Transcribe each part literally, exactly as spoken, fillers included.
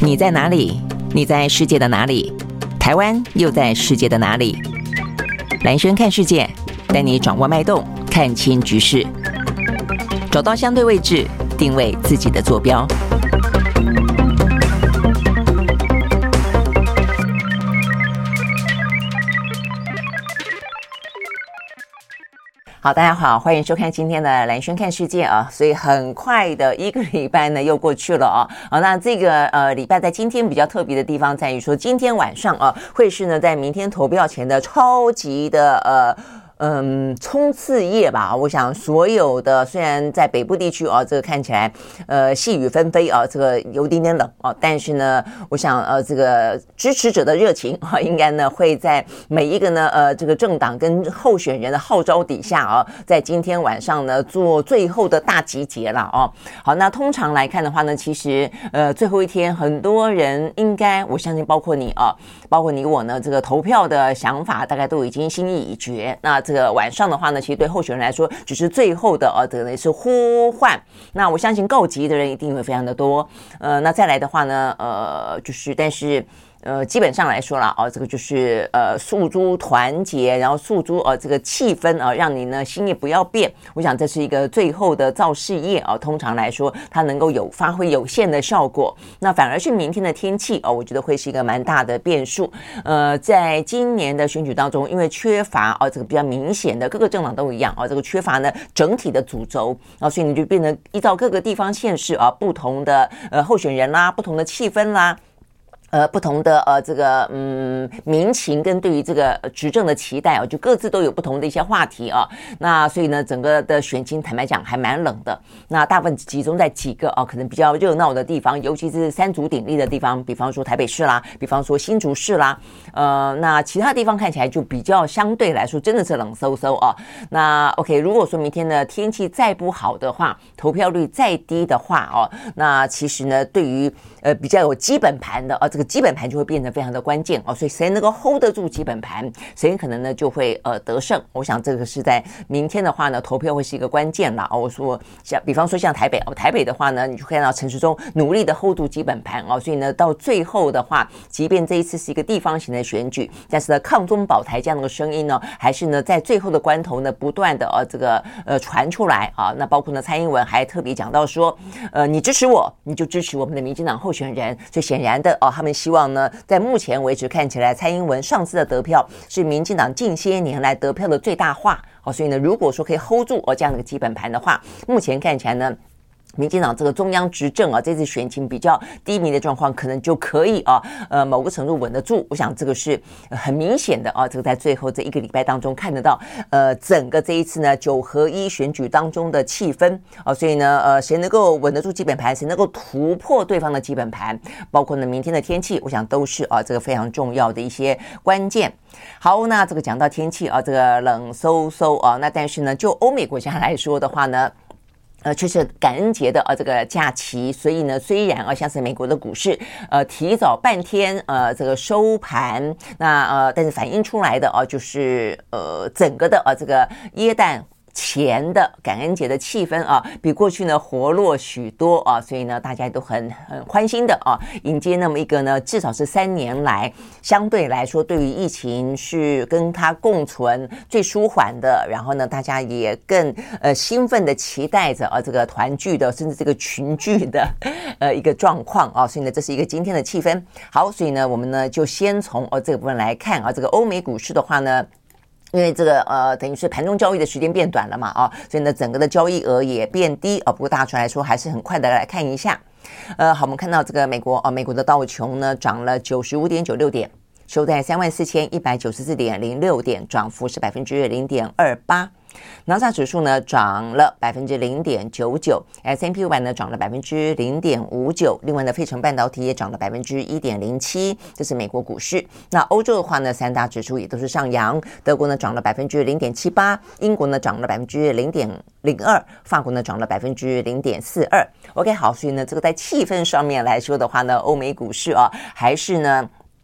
你在哪里？你在世界的哪里？台湾又在世界的哪里？蓝轩看世界，带你掌握脉动，看清局势，找到相对位置，定位自己的坐标。好，大家好，欢迎收看今天的蓝轩看世界啊！所以很快的一个礼拜呢又过去了啊。好，那这个呃礼拜在今天比较特别的地方在于说，今天晚上啊会是呢在明天投票前的超级的呃。嗯，冲刺夜吧，我想所有的虽然在北部地区啊，这个看起来呃细雨纷飞啊，这个有点点冷啊，但是呢，我想呃这个支持者的热情啊，应该呢会在每一个呢呃这个政党跟候选人的号召底下啊，在今天晚上呢做最后的大集结了啊。好，那通常来看的话呢，其实呃最后一天很多人应该我相信包括你啊，包括你我呢，这个投票的想法大概都已经心意已决。那这个晚上的话呢，其实对候选人来说只是最后的呃，等于是呼唤。那我相信告急的人一定会非常的多。呃，那再来的话呢，呃，就是但是。呃，基本上来说啦，哦，这个就是呃诉诸团结，然后诉诸呃这个气氛啊，让你呢心意不要变。我想这是一个最后的造势业啊，通常来说它能够有发挥有限的效果。那反而是明天的天气哦，我觉得会是一个蛮大的变数。呃，在今年的选举当中，因为缺乏啊这个比较明显的各个政党都一样啊，这个缺乏呢整体的主轴啊，所以你就变成依照各个地方县市啊不同的呃候选人啦，不同的气氛啦。呃，不同的呃，这个嗯民情跟对于这个执政的期待啊，就各自都有不同的一些话题啊。那所以呢，整个的选情坦白讲还蛮冷的。那大部分集中在几个啊，可能比较热闹的地方，尤其是三足鼎立的地方，比方说台北市啦，比方说新竹市啦。呃，那其他地方看起来就比较相对来说真的是冷飕飕啊。那 OK， 如果说明天的天气再不好的话，投票率再低的话哦，那其实呢，对于呃比较有基本盘的啊。这个基本盘就会变得非常的关键哦，所以谁能够 hold 得住基本盘，谁可能呢就会呃得胜。我想这个是在明天的话呢，投票会是一个关键啦。哦，我说像比方说像台北哦，台北的话呢，你就看到陈时中努力的 hold 住基本盘哦，所以呢到最后的话，即便这一次是一个地方型的选举，但是呢抗中保台这样的声音呢，还是呢在最后的关头呢不断的呃这个呃传出来啊。那包括呢蔡英文还特别讲到说，呃你支持我，你就支持我们的民进党候选人。所以显然的哦，他们希望呢，在目前为止看起来，蔡英文上次的得票是民进党近些年来得票的最大化哦，所以呢，如果说可以 hold 住哦这样的一个基本盘的话，目前看起来呢。民进党这个中央执政啊，这次选情比较低迷的状况，可能就可以啊，呃，某个程度稳得住。我想这个是很明显的啊，这个在最后这一个礼拜当中看得到，呃，整个这一次呢九合一选举当中的气氛啊，所以呢，呃，谁能够稳得住基本盘，谁能够突破对方的基本盘，包括呢明天的天气，我想都是啊这个非常重要的一些关键。好，那这个讲到天气啊，这个冷飕飕啊，那但是呢，就欧美国家来说的话呢。呃，却是感恩节的呃这个假期，所以呢，虽然啊像是美国的股市呃提早半天呃这个收盘，那呃但是反映出来的啊就是呃整个的啊这个耶诞前的感恩节的气氛啊，比过去呢活络许多啊，所以呢大家都很很欢欣的啊，迎接那么一个呢至少是三年来相对来说对于疫情是跟它共存最舒缓的，然后呢大家也更呃兴奋的期待着啊这个团聚的甚至这个群聚的呃一个状况啊，所以呢这是一个今天的气氛。好，所以呢我们呢就先从哦这个部分来看啊，这个欧美股市的话呢。因为这个呃，等于是盘中交易的时间变短了嘛，啊，所以呢，整个的交易额也变低啊。不过大家来说，还是很快的来看一下。呃，好，我们看到这个美国啊，美国的道琼呢涨了九十五点九六点，收在三万四千一百九十四点零六点，涨幅是百分之零点二八。纳斯达克指数呢涨了百分之零点九九 ，S and P 五百呢涨了百分之零点五九，另外呢，费城半导体也涨了百分之一点零七，这是美国股市。那欧洲的话呢，三大指数也都是上扬，德国呢涨了百分之零点七八，英国呢涨了百分之零点零二，法国呢涨了百分之零点四二。OK， 好，所以呢，这个在气氛上面来说的话呢，欧美股市啊，还是呢。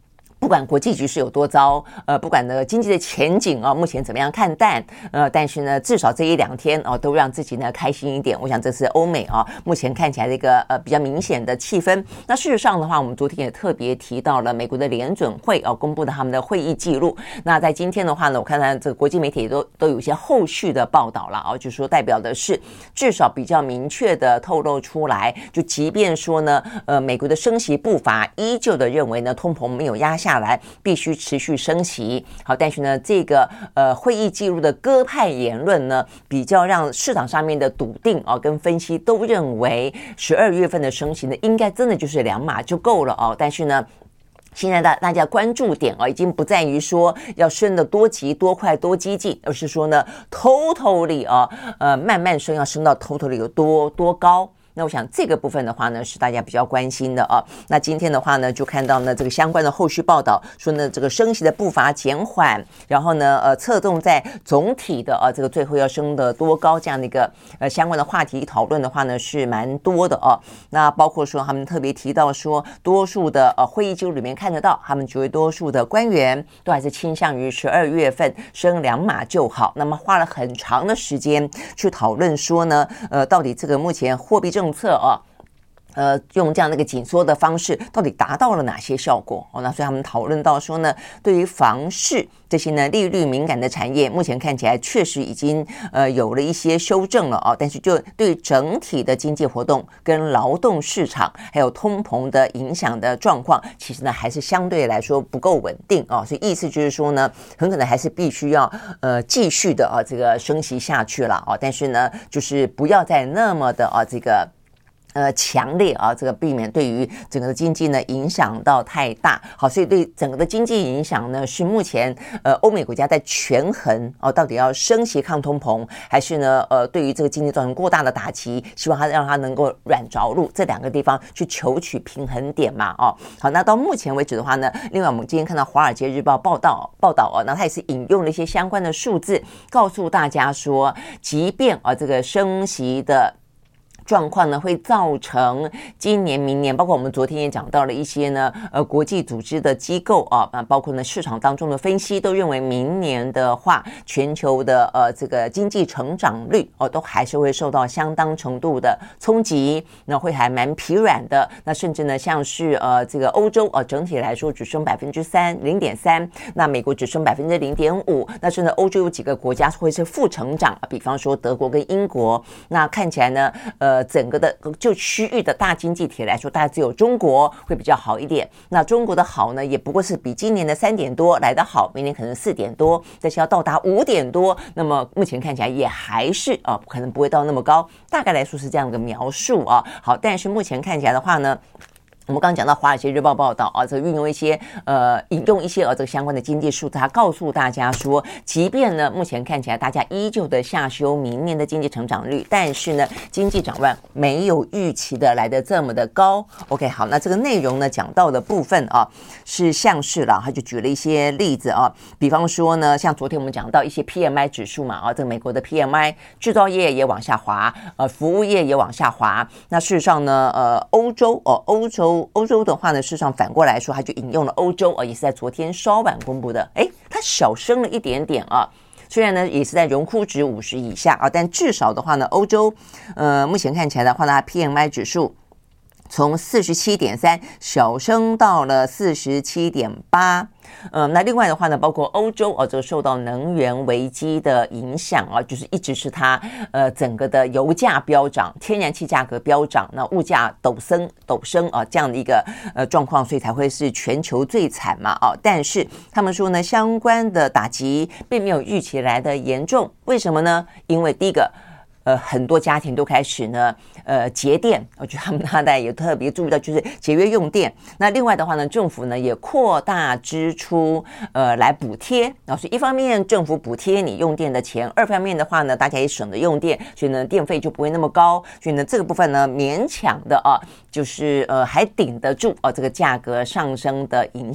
不管国际局势有多糟，呃，不管呢经济的前景啊，目前怎么样看淡，呃，但是呢，至少这一两天哦，都让自己呢开心一点。我想这是欧美啊，目前看起来的一个呃比较明显的气氛。那事实上的话，我们昨天也特别提到了美国的联准会啊公布的他们的会议记录。那在今天的话呢，我看到这个国际媒体都都有一些后续的报道了啊，就是说代表的是至少比较明确的透露出来，就即便说呢，呃，美国的升息步伐依旧的认为呢，通膨没有压下来，必须持续升息。好，但是呢，这个呃会议记录的鸽派言论呢，比较让市场上面的笃定啊，跟分析都认为十二月份的升息呢，应该真的就是两码就够了哦。但是呢，现在大大家关注点啊，已经不在于说要升得多急、多快、多激进，而是说呢 ，totally 啊，呃，慢慢升，要升到 totally 有多多高。那我想这个部分的话呢，是大家比较关心的啊。那今天的话呢，就看到呢这个相关的后续报道，说呢这个升息的步伐减缓，然后呢呃侧重在总体的啊这个最后要升得多高这样的一个呃相关的话题讨论的话呢是蛮多的啊。那包括说他们特别提到说，多数的呃会议记录里面看得到，他们绝对多数的官员都还是倾向于十二月份升两码就好。那么花了很长的时间去讨论说呢，呃到底这个目前货币政策啊。呃，用这样的一个紧缩的方式，到底达到了哪些效果？哦，那所以他们讨论到说呢，对于房市这些呢利率敏感的产业，目前看起来确实已经呃有了一些修正了哦，但是就对整体的经济活动跟劳动市场还有通膨的影响的状况，其实呢还是相对来说不够稳定哦，所以意思就是说呢，很可能还是必须要呃继续的啊这个升息下去了哦，但是呢，就是不要再那么的啊这个。呃，强烈啊，这个避免对于整个的经济呢影响到太大。好，所以对整个的经济影响呢，是目前呃欧美国家在权衡哦，到底要升息抗通膨，还是呢呃对于这个经济造成过大的打击，希望它让它能够软着陆，这两个地方去求取平衡点嘛。哦，好，那到目前为止的话呢，另外我们今天看到《华尔街日报》报道报道哦，那它也是引用了一些相关的数字，告诉大家说，即便啊这个升息的状况呢，会造成今年、明年，包括我们昨天也讲到了一些呢，呃，国际组织的机构啊，包括呢市场当中的分析，都认为明年的话，全球的呃这个经济成长率哦，都还是会受到相当程度的冲击，那会还蛮疲软的。那甚至呢，像是呃这个欧洲啊、呃，整体来说只升百分之三零点三，那美国只升百分之零点五，那甚至欧洲有几个国家会是负成长，比方说德国跟英国，那看起来呢，呃。呃，整个的就区域的大经济体来说，大概只有中国会比较好一点。那中国的好呢，也不过是比今年的三点多来得好，明年可能四点多，但是要到达五点多，那么目前看起来也还是啊，可能不会到那么高。大概来说是这样的描述啊。好，但是目前看起来的话呢。我们刚刚讲到《华尔街日报》报道啊，这运用一些呃引用一些呃这个相关的经济数字，它告诉大家说，即便呢目前看起来大家依旧的下修明年的经济成长率，但是呢经济展望没有预期的来得这么的高。OK， 好，那这个内容呢讲到的部分啊是像是啦，他就举了一些例子啊，比方说呢，像昨天我们讲到一些 P M I 指数嘛啊，这个美国的 P M I 制造业也往下滑，呃服务业也往下滑。那事实上呢，呃欧洲哦欧洲。欧洲的话呢，事实上反过来说，它就引用了欧洲啊，也是在昨天稍晚公布的，诶，它小升了一点点啊。虽然呢也是在荣枯值五十以下啊，但至少的话呢，欧洲呃目前看起来的话呢 ，P M I 指数从 四十七点三 小升到了 四十七点八。嗯，那另外的话呢，包括欧洲哦，这个受到能源危机的影响啊，就是一直是它呃整个的油价飙涨，天然气价格飙涨，那物价陡升陡升啊这样的一个呃状况，所以才会是全球最惨嘛啊。但是他们说呢，相关的打击并没有预期来的严重，为什么呢？因为第一个。呃，很多家庭都开始呢，呃，节电。我觉得他们大概也特别注意到，就是节约用电。那另外的话呢，政府呢也扩大支出，呃，来补贴。然后所以一方面政府补贴你用电的钱，二方面的话呢，大家也省得用电，所以呢，电费就不会那么高。所以呢，这个部分呢，勉强的啊，就是呃，还顶得住啊这个价格上升的影响。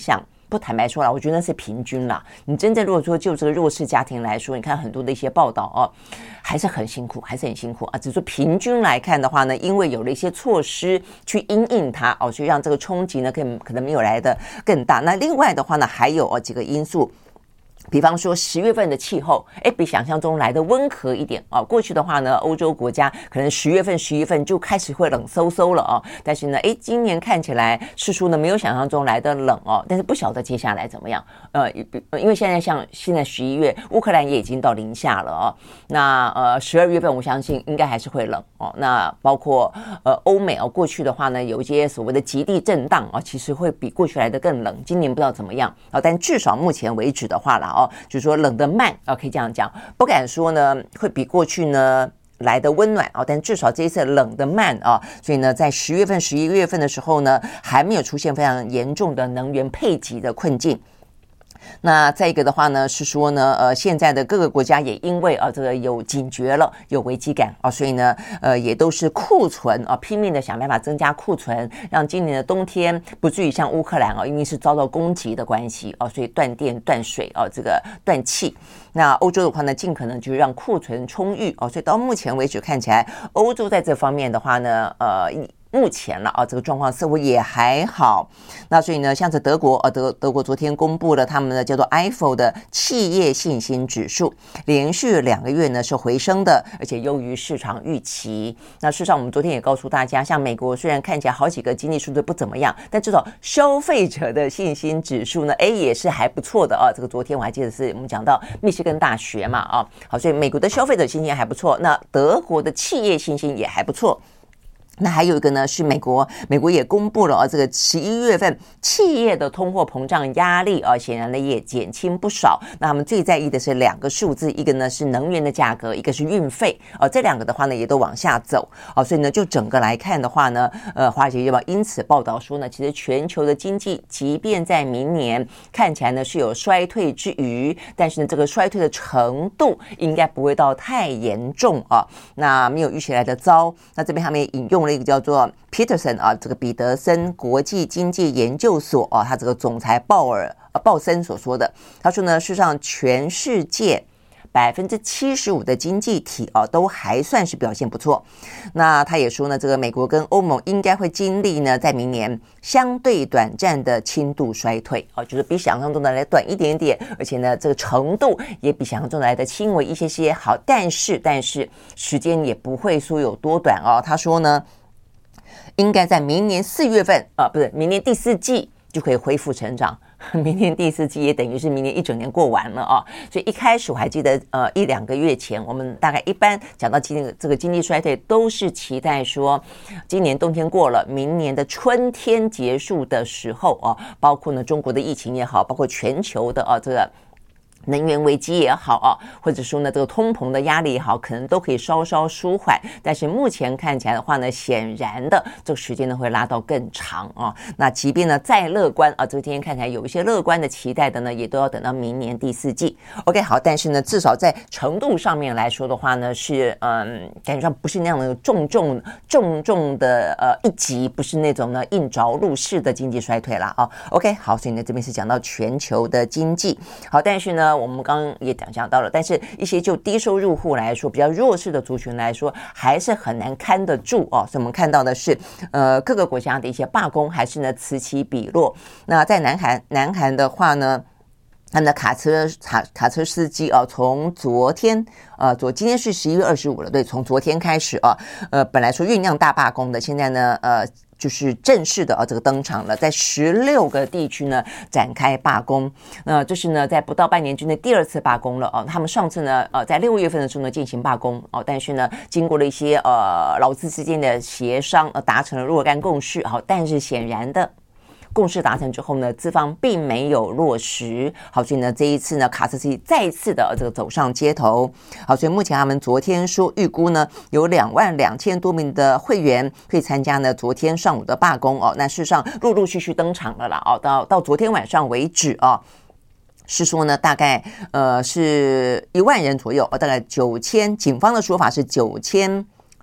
不坦白说了，我觉得那是平均啦。你真正如果说就这个弱势家庭来说，你看很多的一些报道哦，还是很辛苦，还是很辛苦啊。只是说平均来看的话呢，因为有了一些措施去因应它哦，所以让这个冲击呢，可可能没有来的更大。那另外的话呢，还有哦几个因素。比方说十月份的气候，哎，比想象中来的温和一点啊。过去的话呢，欧洲国家可能十月份、十一月份就开始会冷飕飕了啊。但是呢，哎，今年看起来是说呢，没有想象中来的冷哦。但是不晓得接下来怎么样。呃，因为现在像现在十一月，乌克兰也已经到零下了哦。那呃，十二月份我相信应该还是会冷哦。那包括呃欧美哦，过去的话呢，有一些所谓的极地震荡啊，其实会比过去来的更冷。今年不知道怎么样啊，但至少目前为止的话啦。哦，就是说冷得慢啊，可以这样讲，不敢说呢会比过去呢来的温暖啊，但至少这一次冷得慢啊，所以呢，在十月份、十一月份的时候呢，还没有出现非常严重的能源配给的困境。那再一个的话呢，是说呢，呃，现在的各个国家也因为啊这个有警觉了，有危机感啊，所以呢，呃，也都是库存啊，拼命的想办法增加库存，让今年的冬天不至于像乌克兰啊，因为是遭到攻击的关系啊，所以断电、断水啊，这个断气。那欧洲的话呢，尽可能就是让库存充裕啊，所以到目前为止看起来，欧洲在这方面的话呢，呃。目前了啊，这个状况似乎也还好。那所以呢，像是德国，呃，德德国昨天公布了他们的叫做 I F O 的企业信心指数，连续两个月呢是回升的，而且优于市场预期。那事实上，我们昨天也告诉大家，像美国虽然看起来好几个经济数字不怎么样，但至少消费者的信心指数呢，哎，也是还不错的啊。这个昨天我还记得是我们讲到密歇根大学嘛，啊，好，所以美国的消费者信心还不错，那德国的企业信心也还不错。那还有一个呢，是美国，美国也公布了啊，这个十一月份企业的通货膨胀压力啊，显然呢也减轻不少。那他们最在意的是两个数字，一个呢是能源的价格，一个是运费啊，这两个的话呢也都往下走啊，所以呢就整个来看的话呢，呃，华尔街日报因此报道说呢，其实全球的经济即便在明年看起来呢是有衰退之余，但是呢这个衰退的程度应该不会到太严重啊，那没有预期来的糟。那这边他们也引用一个叫做 Peterson 啊，这个彼得森国际经济研究所啊，他这个总裁鲍尔呃鲍森所说的，他说呢，事实上全世界百分之七十五的经济体啊都还算是表现不错。那他也说呢，这个美国跟欧盟应该会经历呢，在明年相对短暂的轻度衰退啊，就是比想象中的来短一点点，而且呢，这个程度也比想象中的来的轻微一些些。好，但是但是时间也不会说有多短哦。他说呢，应该在明年四月份啊，不是明年第四季就可以恢复成长。明年第四季也等于是明年一整年过完了啊，所以一开始我还记得，呃，一两个月前，我们大概一般讲到经这个经济衰退，都是期待说，今年冬天过了，明年的春天结束的时候啊，包括呢中国的疫情也好，包括全球的啊这个能源危机也好啊，或者说呢这个通膨的压力也好，可能都可以稍稍舒缓。但是目前看起来的话呢，显然的这个时间呢会拉到更长啊。那即便呢再乐观啊，这个今天看起来有一些乐观的期待的呢，也都要等到明年第四季。OK， 好，但是呢至少在程度上面来说的话呢，是嗯感觉上不是那样的重重重重的呃一级，不是那种呢硬着陆式的经济衰退啦啊。OK， 好，所以呢这边是讲到全球的经济。好，但是呢我们刚刚也讲到了，但是一些就低收入户来说，比较弱势的族群来说，还是很难看得住哦。所以我们看到的是，呃，各个国家的一些罢工还是呢此起彼落。那在南韩，南韩的话呢，他们的卡车卡卡车司机啊，从昨天呃，昨今天是十一月二十五了，对，从昨天开始啊，呃，本来说酝酿大罢工的，现在呢，呃。就是正式的啊，这个登场了，在十六个地区呢展开罢工。那这是呢在不到半年之内第二次罢工了哦。他们上次呢呃在六月份的时候呢进行罢工哦，但是呢经过了一些呃劳资之间的协商，呃达成了若干共识。好，但是显然的。共识达成之后呢，资方并没有落实。好，所以呢，这一次呢，卡车司机再次的这个走上街头。好，所以目前他们昨天说预估呢，有两万两千多名的会员可以参加呢昨天上午的罢工哦。那事实上陆陆续续登场了啦哦，到到昨天晚上为止哦。是说呢，大概呃是一万人左右，大概九千，警方的说法是九千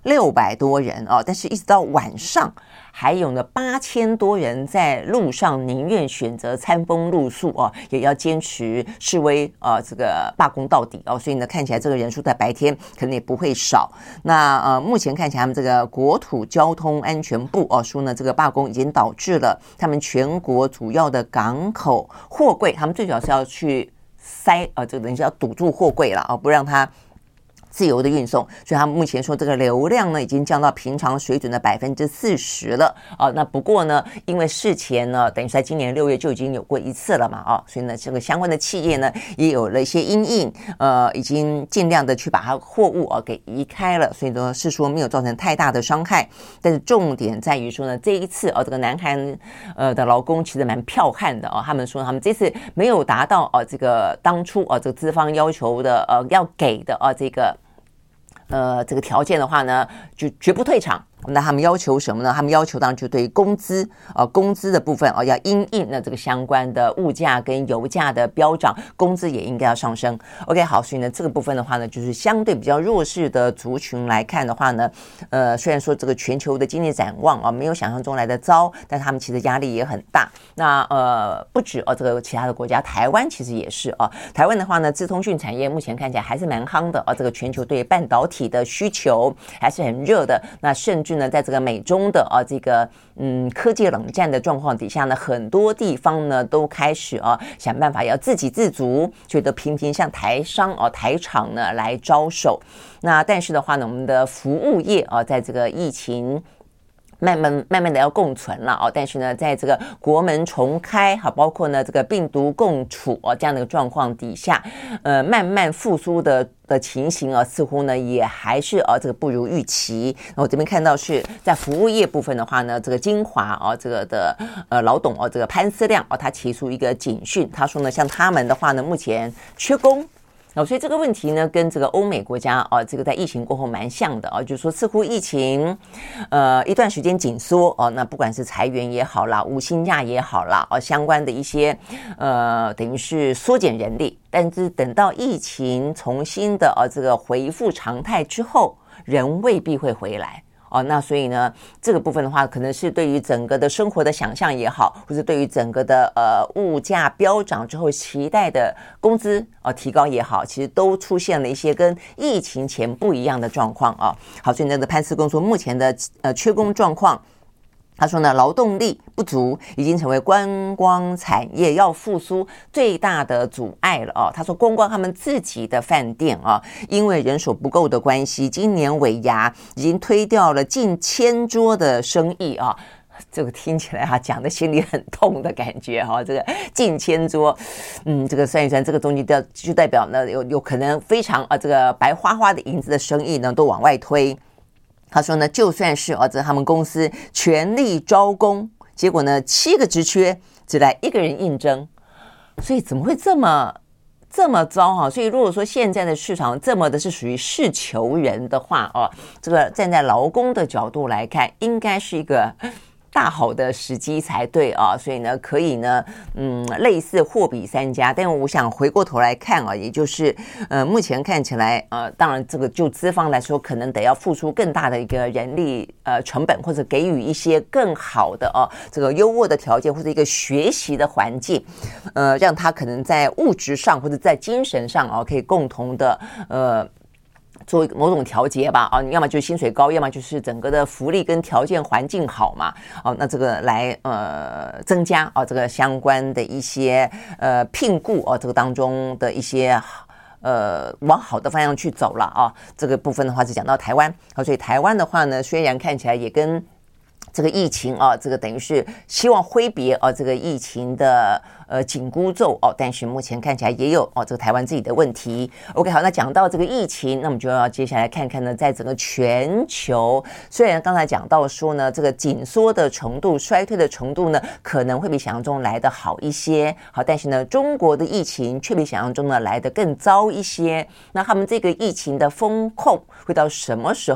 六百多人哦，但是一直到晚上还有呢八千多人在路上宁愿选择餐风露宿哦，也要坚持示威呃这个罢工到底哦，所以呢看起来这个人数在白天可能也不会少。那呃目前看起来他们这个国土交通安全部哦说呢，这个罢工已经导致了他们全国主要的港口货柜，他们最主要是要去塞呃这个等于是要堵住货柜了啊、哦，不让它自由的运送，所以他们目前说这个流量呢已经降到平常水准的百分之四十了啊。那不过呢，因为事前呢，等于在今年六月就已经有过一次了嘛啊，所以呢，这个相关的企业呢也有了一些因应，呃，已经尽量的去把它货物啊给移开了，所以呢是说没有造成太大的伤害。但是重点在于说呢，这一次啊，这个南韩呃的劳工其实蛮剽悍的啊，他们说他们这次没有达到啊这个当初啊这个资方要求的呃要给的啊这个。呃，这个条件的话呢，就绝不退场。那他们要求什么呢？他们要求当然就对工资呃工资的部分哦、呃、要因应那这个相关的物价跟油价的飙涨，工资也应该要上升。OK， 好，所以呢这个部分的话呢，就是相对比较弱势的族群来看的话呢，呃，虽然说这个全球的经济展望啊、呃、没有想象中来的糟，但他们其实压力也很大。那呃不止哦、呃、这个其他的国家，台湾其实也是啊、呃。台湾的话呢，资通讯产业目前看起来还是蛮夯的啊、呃，这个全球对半导体的需求还是很热的。那甚至呢，在这个美中的啊这个嗯科技冷战的状况底下呢，很多地方呢都开始啊想办法要自给自足，觉得频频向台商啊台厂呢来招手。那但是的话呢，我们的服务业啊，在这个疫情慢慢慢慢的要共存了哦，但是呢，在这个国门重开哈，包括呢这个病毒共处哦这样的一个状况底下，呃，慢慢复苏的的情形啊，似乎呢也还是啊这个不如预期。那我这边看到是在服务业部分的话呢，这个精华啊这个的呃老董哦这个潘思亮哦，他提出一个警讯，他说呢，像他们的话呢，目前缺工。哦，所以这个问题呢，跟这个欧美国家啊，这个在疫情过后蛮像的啊，就是说似乎疫情，呃，一段时间紧缩哦，那不管是裁员也好啦，无薪假也好啦，哦，相关的一些呃，等于是缩减人力，但是等到疫情重新的啊这个恢复常态之后，人未必会回来。哦，那所以呢，这个部分的话，可能是对于整个的生活的想象也好，或者对于整个的呃物价飙涨之后期待的工资呃提高也好，其实都出现了一些跟疫情前不一样的状况啊。好，所以那个潘思公说，目前的呃缺工状况。他说呢，劳动力不足已经成为观光产业要复苏最大的阻碍了哦。他说，光光他们自己的饭店啊，因为人手不够的关系，今年尾牙已经推掉了近千桌的生意啊。这个听起来哈、啊，讲的心里很痛的感觉哈、哦。这个近千桌，嗯，这个算一算，这个东西就就代表呢，有有可能非常啊，这个白花花的银子的生意呢，都往外推。他说呢，就算是儿子他们公司全力招工，结果呢七个职缺只来一个人应征，所以怎么会这么这么糟啊？所以如果说现在的市场这么的是属于事求人的话哦，这个站在劳工的角度来看，应该是一个大好的时机才对啊，所以呢，可以呢，嗯，类似货比三家。但我想回过头来看啊，也就是呃，目前看起来呃，当然这个就资方来说，可能得要付出更大的一个人力呃成本，或者给予一些更好的啊这个优渥的条件，或者一个学习的环境，呃，让他可能在物质上或者在精神上啊，可以共同的呃。做某种调节吧啊，你要么就是薪水高，要么就是整个的福利跟条件环境好嘛，哦，那这个来呃增加啊这个相关的一些呃聘雇啊这个当中的一些呃往好的方向去走了啊，这个部分的话是讲到台湾啊，所以台湾的话呢，虽然看起来也跟这个疫情啊，这个等于是希望挥别啊这个疫情的呃紧箍咒哦，但是目前看起来也有哦这个台湾自己的问题。OK， 好，那讲到这个疫情，那我们就要接下来看看呢，在整个全球，虽然刚才讲到说呢，这个紧缩的程度、衰退的程度呢，可能会比想象中来得好一些，好，但是呢，中国的疫情却比想象中呢来得更糟一些。那他们这个疫情的风控会到什么时候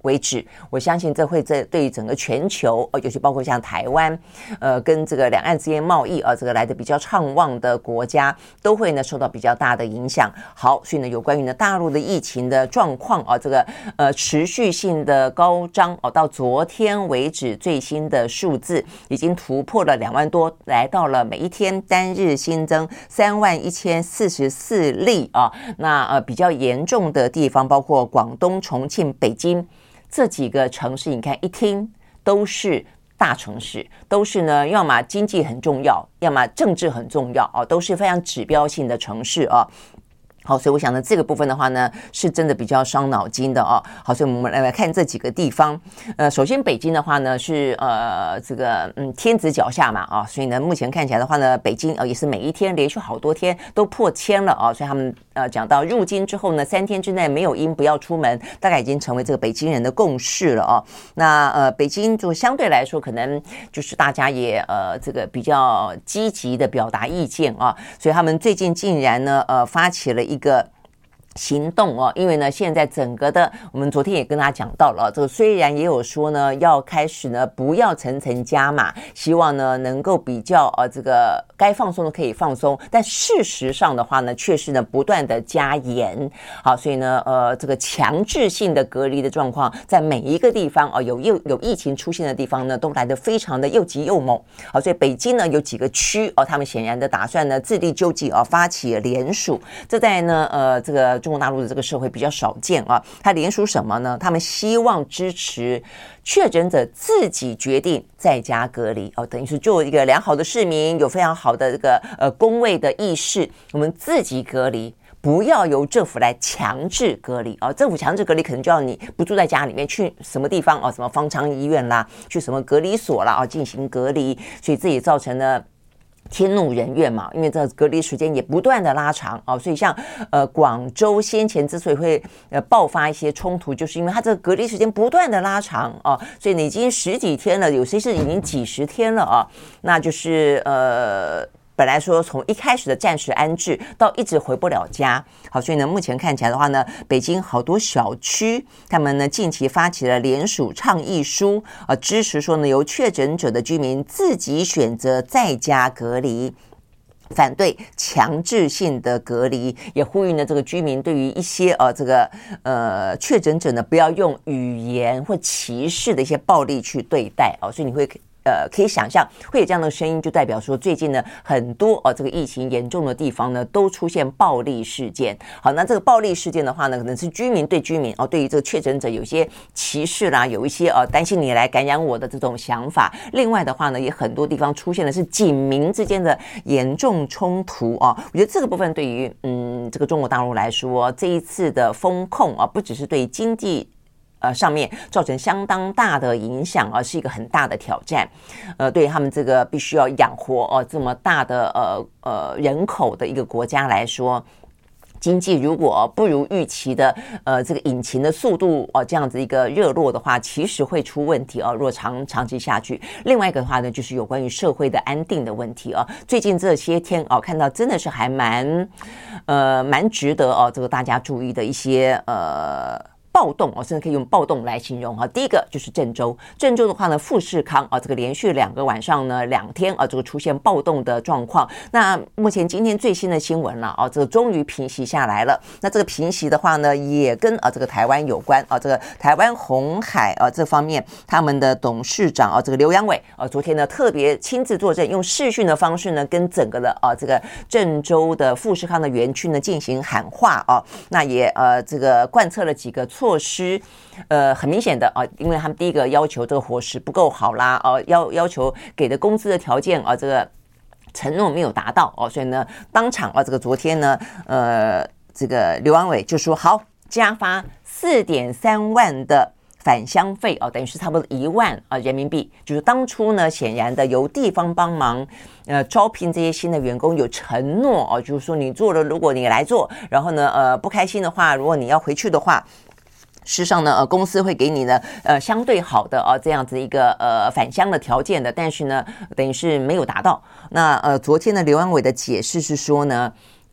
为止。我相信这会在对于整个全球，呃，尤其包括像台湾，呃，跟这个两岸之间贸易啊、呃，这个来的比较畅旺的国家，都会呢受到比较大的影响。好，所以呢，有关于呢大陆的疫情的状况啊，这个呃持续性的高涨哦，到昨天为止最新的数字已经突破了两万多，来到了每一天单日新增三万一千四十四例啊。那呃比较严重的地方包括广东、重庆、北京这几个城市，你看一听都是大城市，都是呢要么经济很重要，要么政治很重要啊，都是非常指标性的城市啊。好，所以我想呢，这个部分的话呢，是真的比较伤脑筋的哦。好，所以我们来看这几个地方。呃，首先北京的话呢，是呃这个嗯天子脚下嘛啊，所以呢，目前看起来的话呢，北京呃也是每一天连续好多天都破千了啊，所以他们呃讲到入京之后呢，三天之内没有阴不要出门，大概已经成为这个北京人的共识了哦。那呃北京就相对来说，可能就是大家也呃这个比较积极的表达意见啊，所以他们最近竟然呢呃发起了一一个行动哦，因为呢，现在整个的，我们昨天也跟大家讲到了，这个虽然也有说呢，要开始呢不要层层加码，希望呢能够比较呃这个该放松的可以放松，但事实上的话呢，却是呢不断的加严。好，所以呢，呃，这个强制性的隔离的状况，在每一个地方哦，有有有疫情出现的地方呢，都来得非常的又急又猛。好，所以北京呢有几个区哦，他们显然的打算呢自力救济哦，发起联署，这在呢呃这个中国大陆的这个社会比较少见啊。他联署什么呢？他们希望支持确诊者自己决定在家隔离哦，等于是做一个良好的市民，有非常好的这个呃公卫的意识，我们自己隔离。不要由政府来强制隔离啊！政府强制隔离可能就要你不住在家里面，去什么地方啊？什么方舱医院啦，去什么隔离所啦啊，进行隔离，所以这也造成了天怒人怨嘛，因为这隔离时间也不断的拉长啊，所以像呃广州先前之所以会呃爆发一些冲突，就是因为它这个隔离时间不断的拉长啊，所以你已经十几天了，有些是已经几十天了啊，那就是呃。本来说从一开始的暂时安置到一直回不了家，好，所以呢，目前看起来的话呢，北京好多小区他们呢近期发起了联署倡议书，呃，支持说呢由确诊者的居民自己选择在家隔离。反对强制性的隔离，也呼吁呢这个居民对于一些呃这个呃确诊者呢不要用语言或歧视的一些暴力去对待哦，所以你会。呃，可以想象会有这样的声音，就代表说最近呢，很多哦这个疫情严重的地方呢，都出现暴力事件。好，那这个暴力事件的话呢，可能是居民对居民哦，对于这个确诊者有些歧视啦，有一些呃担心你来感染我的这种想法。另外的话呢，也很多地方出现的是警民之间的严重冲突啊。我觉得这个部分对于嗯这个中国大陆来说，这一次的封控啊，不只是对经济。呃，上面造成相当大的影响啊，是一个很大的挑战。呃，对于他们这个必须要养活哦、呃、这么大的呃呃人口的一个国家来说。经济如果不如预期的，呃，这个引擎的速度哦、呃，这样子一个热络的话，其实会出问题哦。若长长期下去，另外一个的话呢，就是有关于社会的安定的问题哦。最近这些天哦，看到真的是还蛮，呃，蛮值得哦，这个大家注意的一些呃。暴动哦，甚至可以用暴动来形容哈。第一个就是郑州，郑州的话呢，富士康啊，这个连续两个晚上呢，两天啊，这个出现暴动的状况。那目前今天最新的新闻了啊，这个终于平息下来了。那这个平息的话呢，也跟啊这个台湾有关啊，这个台湾鸿海啊这方面他们的董事长啊，这个刘扬伟啊，昨天呢特别亲自坐镇，用视讯的方式呢，跟整个的啊这个郑州的富士康的园区呢进行喊话啊，那也呃这个贯彻了几个措。措施，呃，很明显的啊，因为他们第一个要求这个伙食不够好啦，啊，要要求给的工资的条件啊，这个承诺没有达到哦，所以呢，当场啊，这个昨天呢，呃，这个刘安伟就说好，加发四点三万的返乡费啊，等于是差不多一万啊人民币，就是当初呢，显然的由地方帮忙。呃，招聘这些新的员工有承诺哦，就是说你做了，如果你来做，然后呢，呃，不开心的话，如果你要回去的话。事实上呢，呃，公司会给你呢，呃，相对好的啊、呃，这样子一个呃返乡的条件的，但是呢，等于是没有达到。那呃，昨天呢，刘安伟的解释是说呢，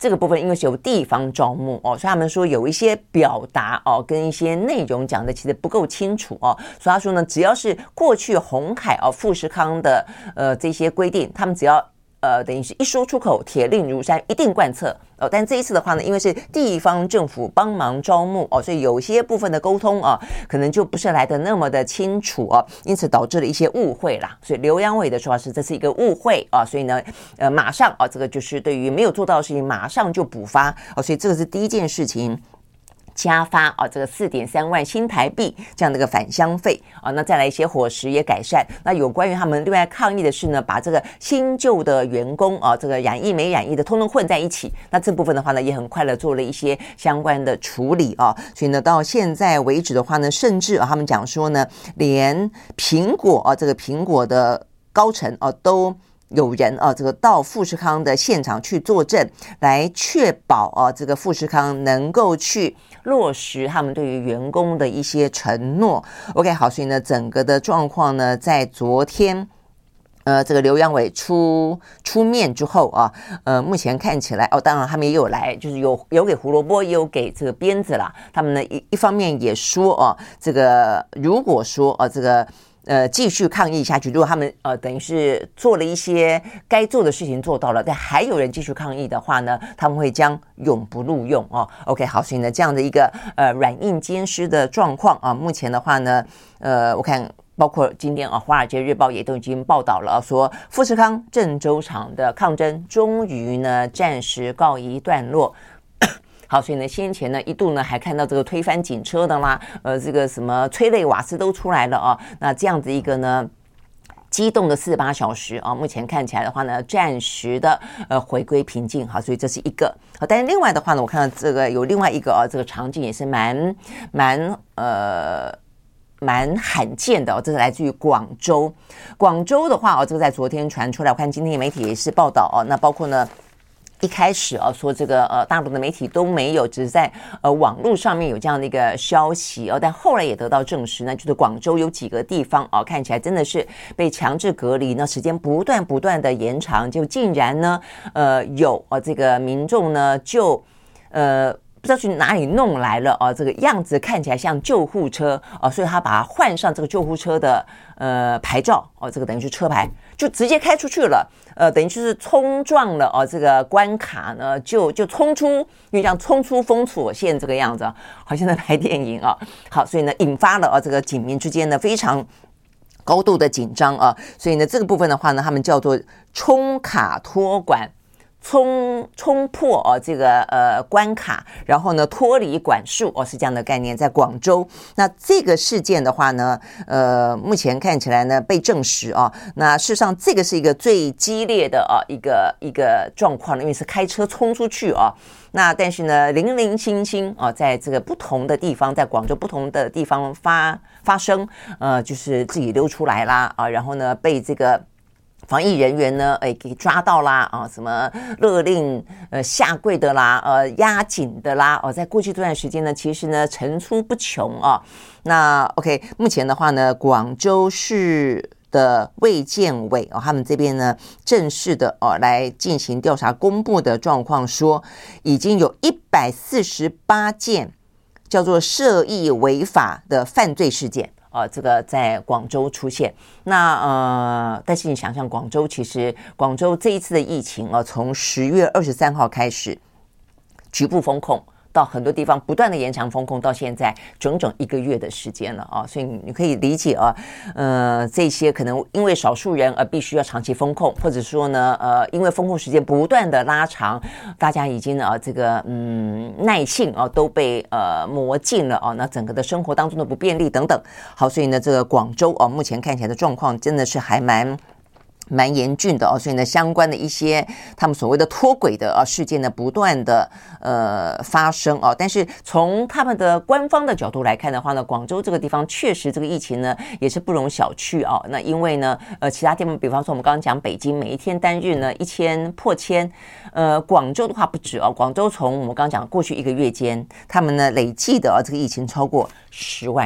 这个部分因为是由地方招募哦，所以他们说有一些表达哦跟一些内容讲的其实不够清楚哦，所以他说呢，只要是过去鸿海哦富士康的呃这些规定，他们只要呃，等于是一说出口，铁令如山，一定贯彻哦。但这一次的话呢，因为是地方政府帮忙招募哦，所以有些部分的沟通啊，可能就不是来的那么的清楚哦，因此导致了一些误会啦。所以刘扬伟的说法是这是一个误会啊，所以呢，呃，马上啊，这个就是对于没有做到的事情，马上就补发哦，所以这个是第一件事情。加发啊，这个四点三万新台币这样的一个返乡费啊，那再来一些伙食也改善。那有关于他们另外抗议的是呢，把这个新旧的员工啊，这个染疫没染疫的通通混在一起。那这部分的话呢，也很快的做了一些相关的处理啊。所以呢，到现在为止的话呢，甚至啊，他们讲说呢，连苹果啊，这个苹果的高层啊都。有人啊，这个到富士康的现场去作证，来确保啊，这个富士康能够去落实他们对于员工的一些承诺。OK， 好，所以呢，整个的状况呢，在昨天。呃，这个刘扬伟出出面之后啊，呃，目前看起来哦，当然他们也有来，就是有有给胡萝卜，也有给这个鞭子啦。他们呢一一方面也说哦、啊，这个如果说啊，这个。呃，继续抗议下去。如果他们呃等于是做了一些该做的事情做到了，但还有人继续抗议的话呢，他们会将永不录用哦。OK， 好，所以呢，这样的一个呃软硬兼施的状况啊，目前的话呢，呃，我看包括今天啊，《华尔街日报》也都已经报道了，说富士康郑州厂的抗争终于呢暂时告一段落。好，所以呢，先前呢一度呢还看到这个推翻警车的啦，呃，这个什么催泪瓦斯都出来了啊。那这样子一个呢激动的四十八小时啊，目前看起来的话呢，暂时的呃回归平静。好，所以这是一个。好，但是另外的话呢，我看到这个有另外一个啊，这个场景也是蛮蛮呃。蛮罕见的、哦、这是来自于广州。广州的话哦，这个在昨天传出来，我看今天媒体也是报道哦。那包括呢。一开始啊，说这个呃大陆的媒体都没有，只是在呃网络上面有这样的一个消息哦，但后来也得到证实呢，就是广州有几个地方啊，看起来真的是被强制隔离，那时间不断不断的延长，就竟然呢呃有呃这个民众呢就呃。不知道去哪里弄来了哦，这个样子看起来像救护车哦，所以他把它换上这个救护车的呃牌照哦，这个等于是车牌，就直接开出去了，呃，等于就是冲撞了哦，这个关卡呢就就冲出，因为像冲出封锁线这个样子，好像在拍电影啊。好，所以呢引发了哦这个警民之间呢非常高度的紧张啊，所以呢这个部分的话呢，他们叫做冲卡托管。冲冲破哦这个呃关卡，然后呢脱离管束哦，是这样的概念，在广州。那这个事件的话呢，呃，目前看起来呢被证实啊，那事实上这个是一个最激烈的啊一个一个状况，因为是开车冲出去啊。那但是呢，零零星星啊，在这个不同的地方，在广州不同的地方发发生，呃，就是自己溜出来啦啊，然后呢被这个。防疫人员呢，哎，给抓到啦啊！什么勒令呃下跪的啦，呃压紧的啦，哦，在过去这段时间呢，其实呢层出不穷啊。那 OK， 目前的话呢，广州市的卫健委哦，他们这边呢正式的哦来进行调查，公布的状况说，已经有一百四十八件叫做涉疫违法的犯罪事件。呃，这个在广州出现，那呃，但是你想想，广州其实广州这一次的疫情啊、呃，从十月二十三号开始局部封控，到很多地方不断的延长封控，到现在整整一个月的时间了啊，所以你可以理解啊，呃，这些可能因为少数人而必须要长期封控，或者说呢，呃，因为封控时间不断的拉长，大家已经啊这个嗯耐性啊都被呃磨尽了啊，那整个的生活当中的不便利等等，好，所以呢，这个广州啊目前看起来的状况真的是还蛮。蛮严峻的哦，所以呢，相关的一些他们所谓的脱轨的啊事件呢，不断的呃发生哦。但是从他们的官方的角度来看的话呢，广州这个地方确实这个疫情呢也是不容小觑哦。那因为呢，呃，其他地方，比方说我们刚刚讲北京，每一天单日呢一千破千，呃，广州的话不止哦，广州从我们刚刚讲过去一个月间，他们呢累计的啊这个疫情超过十万人。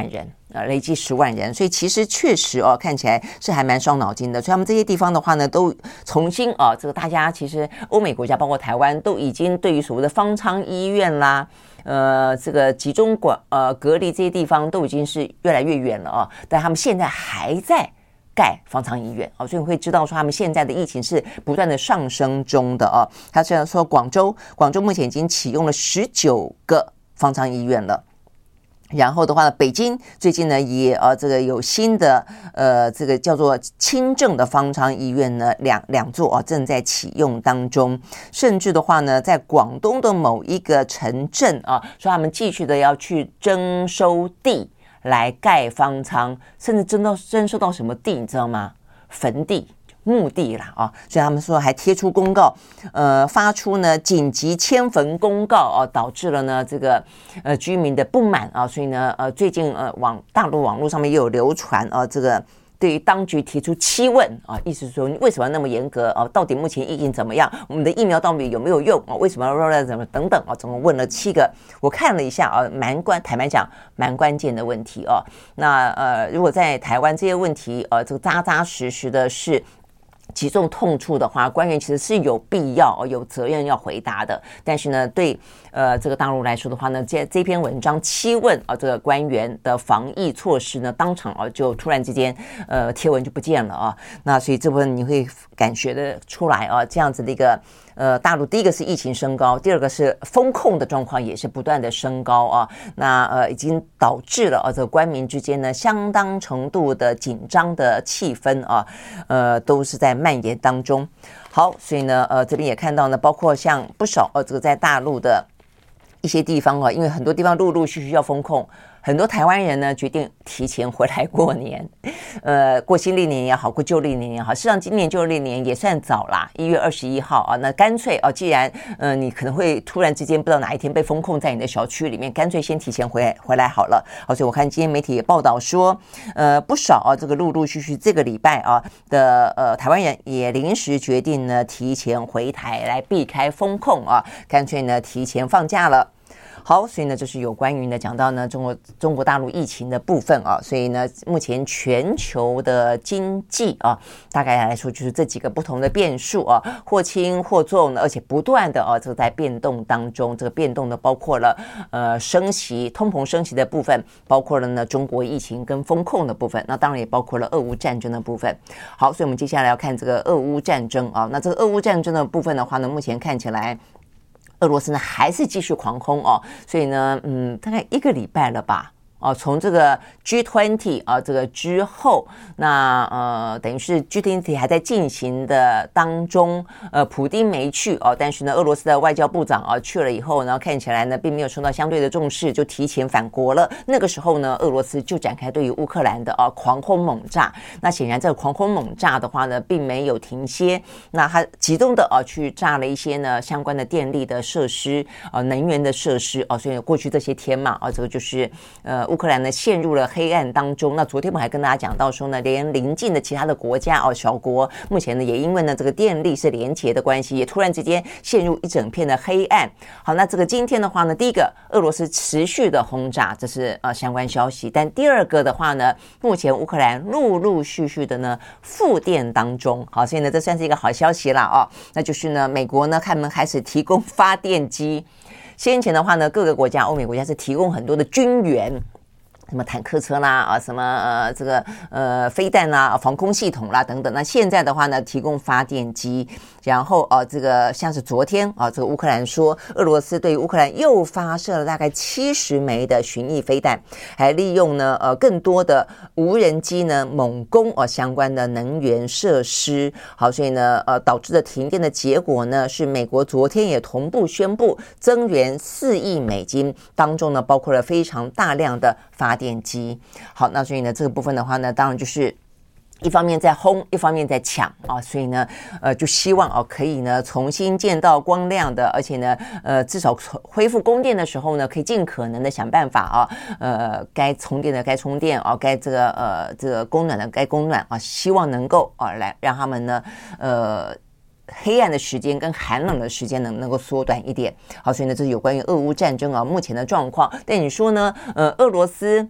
呃，累计十万人，所以其实确实哦，看起来是还蛮伤脑筋的。所以他们这些地方的话呢，都重新啊，这个大家其实欧美国家包括台湾都已经对于所谓的方舱医院啦，呃，这个集中管呃隔离这些地方都已经是越来越远了啊，但他们现在还在盖方舱医院啊，所以你会知道说他们现在的疫情是不断的上升中的啊。他虽然说广州，广州目前已经启用了十九个方舱医院了。然后的话呢，北京最近呢也呃这个有新的呃这个叫做轻症的方舱医院呢两两座啊正在启用当中，甚至的话呢，在广东的某一个城镇啊，说他们继续的要去征收地来盖方舱，甚至征到征收到什么地你知道吗？坟地。墓地啦啊，所以他们说还贴出公告，呃，发出呢紧急迁坟公告啊，导致了呢这个呃居民的不满啊，所以呢呃最近呃网大陆网络上面也有流传啊，这个对于当局提出七问啊，意思是说为什么要那么严格啊？到底目前疫情怎么样？我们的疫苗到底有没有用啊？为什么要 roll out 怎么等等啊？总共问了七个，我看了一下啊，蛮关坦白讲蛮关键的问题啊。那呃如果在台湾这些问题呃这个扎扎实实的是击中痛处的话，官员其实是有必要、有责任要回答的。但是呢，对呃这个大陆来说的话呢，这这篇文章七问啊、呃，这个官员的防疫措施呢，当场啊就突然之间呃贴文就不见了啊。那所以这部分你会感觉得出来啊，这样子的一个呃大陆第一个是疫情升高，第二个是风控的状况也是不断的升高啊。那呃已经导致了啊这个官民之间呢相当程度的紧张的气氛啊，呃都是在蔓延当中。好，所以呢，呃，这边也看到呢，包括像不少呃，这个在大陆的一些地方啊，因为很多地方陆陆续续要封控，很多台湾人呢决定提前回来过年，呃，过新历年也好，过旧历年也好，事实上今年旧历年也算早啦，一月二十一号啊，那干脆啊，既然呃你可能会突然之间不知道哪一天被封控在你的小区里面，干脆先提前回来回来好了。而且我看今天媒体也报道说，呃，不少啊这个陆陆续续这个礼拜啊的呃台湾人也临时决定呢提前回台来避开封控啊，干脆呢提前放假了。好，所以呢，这是有关于呢讲到呢中国中国大陆疫情的部分啊，所以呢，目前全球的经济啊，大概来说就是这几个不同的变数啊，或轻或重呢，而且不断的啊，这个在变动当中，这个变动呢包括了呃升息、通膨升息的部分，包括了呢中国疫情跟风控的部分，那当然也包括了俄乌战争的部分。好，所以我们接下来要看这个俄乌战争啊，那这个俄乌战争的部分的话呢，目前看起来俄罗斯呢还是继续狂轰哦，所以呢，嗯，大概一个礼拜了吧。哦，从这个 G 二十 啊，这个之后，那呃，等于是 G 二十 还在进行的当中，呃，普丁没去哦，但是呢，俄罗斯的外交部长啊去了以后呢，看起来呢并没有受到相对的重视，就提前返国了。那个时候呢，俄罗斯就展开对于乌克兰的啊狂轰猛炸。那显然这个狂轰猛炸的话呢，并没有停歇，那他集中的啊去炸了一些呢相关的电力的设施啊、能源的设施啊，所以过去这些天嘛啊，这个就是呃。乌克兰呢陷入了黑暗当中。那昨天我们还跟大家讲到说呢，连邻近的其他的国家哦，小国目前呢也因为呢这个电力是连结的关系，也突然之间陷入一整片的黑暗。好，那这个今天的话呢，第一个俄罗斯持续的轰炸，这是呃相关消息。但第二个的话呢，目前乌克兰陆陆续续的呢复电当中。好，所以呢这算是一个好消息啦哦，那就是呢美国呢他们开始提供发电机。先前的话呢，各个国家欧美国家是提供很多的军援。什么坦克车啦啊，什么呃这个呃飞弹啦、防空系统啦等等。那现在的话呢，提供发电机，然后呃这个像是昨天啊，这个乌克兰说，俄罗斯对于乌克兰又发射了大概七十枚的巡弋飞弹，还利用呢呃更多的无人机呢猛攻呃相关的能源设施。好，所以呢呃导致的停电的结果呢，是美国昨天也同步宣布增援四亿美金，当中呢包括了非常大量的发电机。好，那所以呢这个部分的话呢，当然就是一方面在轰，一方面在抢啊，所以呢呃就希望哦可以呢重新见到光亮的，而且呢呃至少恢复供电的时候呢，可以尽可能的想办法啊，呃该充电的该充电啊，该这个呃这个供暖的该供暖啊，希望能够啊来让他们呢呃黑暗的时间跟寒冷的时间能能够缩短一点。好，所以呢这是有关于俄乌战争啊目前的状况。但你说呢呃俄罗斯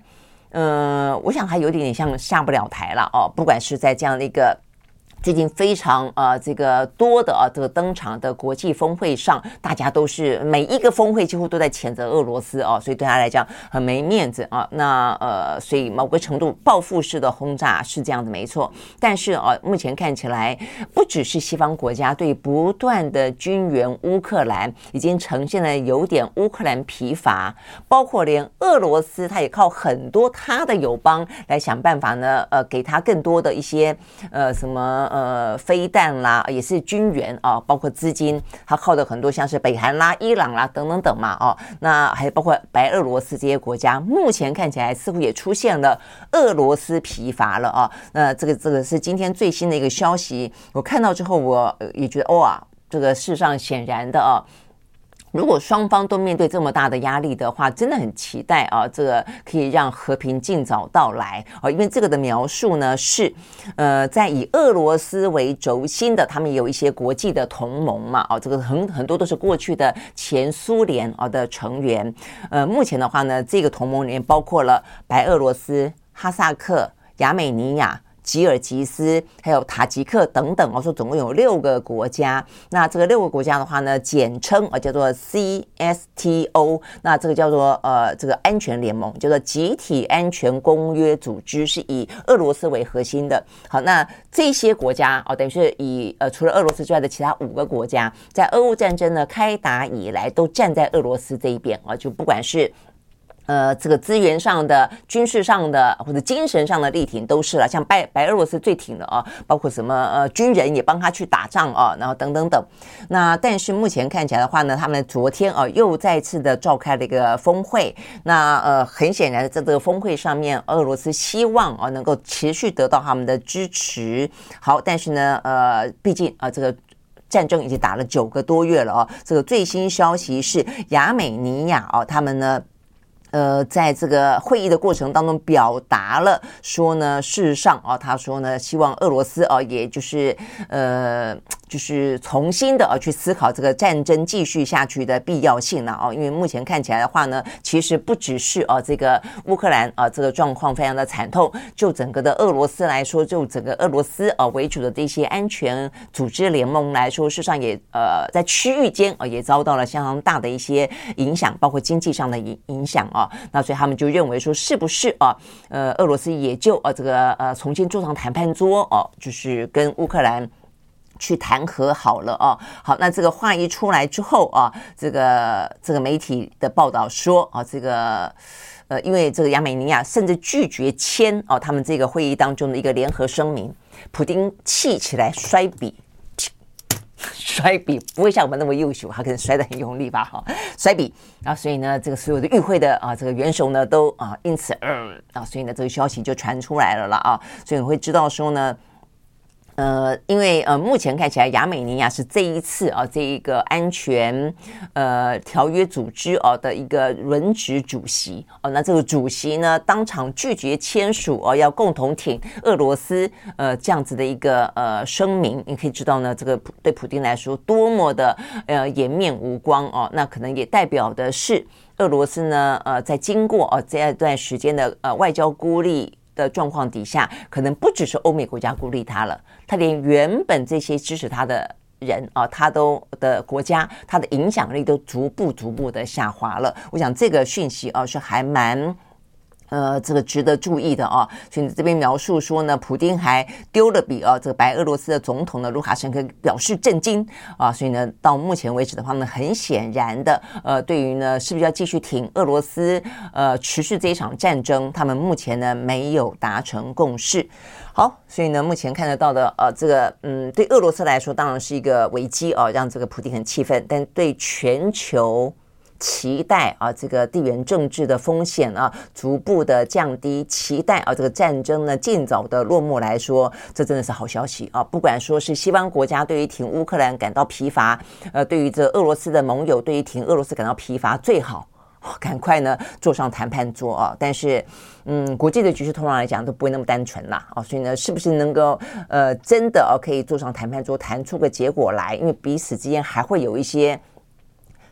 呃，我想还有点点像下不了台了哦，不管是在这样的一个最近非常呃这个多的啊这个登场的国际峰会上，大家都是每一个峰会几乎都在谴责俄罗斯啊，所以对他来讲很没面子啊。那呃，所以某个程度报复式的轰炸是这样的没错，但是啊，目前看起来不只是西方国家对不断的军援乌克兰已经呈现了有点乌克兰疲乏，包括连俄罗斯他也靠很多他的友邦来想办法呢，呃，给他更多的一些呃什么。呃，飞弹啦，也是军援啊，包括资金，它靠的很多像是北韩啦、伊朗啦等等等嘛，哦，那还包括白俄罗斯这些国家，目前看起来似乎也出现了俄罗斯疲乏了啊。那这个这个是今天最新的一个消息，我看到之后，我也觉得哇，这个事上显然的啊。如果双方都面对这么大的压力的话，真的很期待啊，这个可以让和平尽早到来啊。因为这个的描述呢是，呃，在以俄罗斯为轴心的，他们也有一些国际的同盟嘛，啊，这个很很多都是过去的前苏联啊的成员。呃，目前的话呢，这个同盟里面包括了白俄罗斯、哈萨克、亚美尼亚、吉尔吉斯还有塔吉克等等哦，说总共有六个国家。那这个六个国家的话呢，简称啊叫做 C S T O， 那这个叫做呃这个安全联盟，叫做集体安全公约组织，是以俄罗斯为核心的。好，那这些国家哦，等于是以呃除了俄罗斯之外的其他五个国家，在俄乌战争呢开打以来，都站在俄罗斯这一边啊，就不管是。呃，这个资源上的、军事上的或者精神上的力挺都是了，像白白俄罗斯最挺的啊，包括什么呃军人也帮他去打仗啊，然后等等等。那但是目前看起来的话呢，他们昨天啊又再次的召开了一个峰会。那呃很显然在这个峰会上面，俄罗斯希望啊能够持续得到他们的支持。好，但是呢呃毕竟啊这个。战争已经打了九个多月了哦。这个最新消息是亚美尼亚哦，他们呢。呃，在这个会议的过程当中，表达了说呢，事实上啊，他说呢，希望俄罗斯啊，也就是呃，就是重新的啊去思考这个战争继续下去的必要性了啊，因为目前看起来的话呢，其实不只是啊这个乌克兰啊这个状况非常的惨痛，就整个的俄罗斯来说，就整个俄罗斯啊为主的这些安全组织联盟来说，事实上也呃在区域间啊也遭到了相当大的一些影响，包括经济上的影影响啊。那所以他们就认为说，是不是啊？呃，俄罗斯也就啊这个呃重新坐上谈判桌哦、啊，就是跟乌克兰去谈和好了啊。好，那这个话一出来之后啊，这个这个媒体的报道说啊，这个呃，因为这个亚美尼亚甚至拒绝签哦、啊，他们这个会议当中的一个联合声明，普丁气起来摔笔。摔笔不会像我们那么优秀，他可能摔得很用力吧，哈，摔笔啊，所以呢，这个所有的与会的啊，这个元首呢都啊，因此呃啊，所以呢，这个消息就传出来了了啊，所以你会知道说呢。呃，因为呃，目前看起来亚美尼亚是这一次啊，这一个安全呃条约组织哦、啊、的一个轮值主席哦、啊，那这个主席呢当场拒绝签署哦、啊，要共同挺俄罗斯呃这样子的一个呃声明，你可以知道呢，这个对普丁来说多么的呃颜面无光哦、啊，那可能也代表的是俄罗斯呢呃在经过哦、啊、这段时间的呃外交孤立。的状况底下，可能不只是欧美国家孤立他了，他连原本这些支持他的人啊，他都的国家，他的影响力都逐步逐步的下滑了。我想这个讯息啊是还蛮。呃，这个值得注意的啊，所以这边描述说呢，普丁还丢了笔啊，这个白俄罗斯的总统呢卢卡申科表示震惊啊，所以呢，到目前为止的话呢，很显然的，呃，对于呢是不是要继续挺俄罗斯，呃，持续这一场战争，他们目前呢没有达成共识。好，所以呢，目前看得到的，呃，这个，嗯，对俄罗斯来说当然是一个危机啊，让这个普丁很气愤，但对全球。期待啊，这个地缘政治的风险啊，逐步的降低，期待啊，这个战争呢尽早的落幕来说，这真的是好消息啊！不管说是西方国家对于挺乌克兰感到疲乏，呃，对于这俄罗斯的盟友对于挺俄罗斯感到疲乏，最好赶快呢坐上谈判桌啊！但是，嗯，国际的局势通常来讲都不会那么单纯啦啊，所以呢，是不是能够呃真的啊可以坐上谈判桌谈出个结果来？因为彼此之间还会有一些。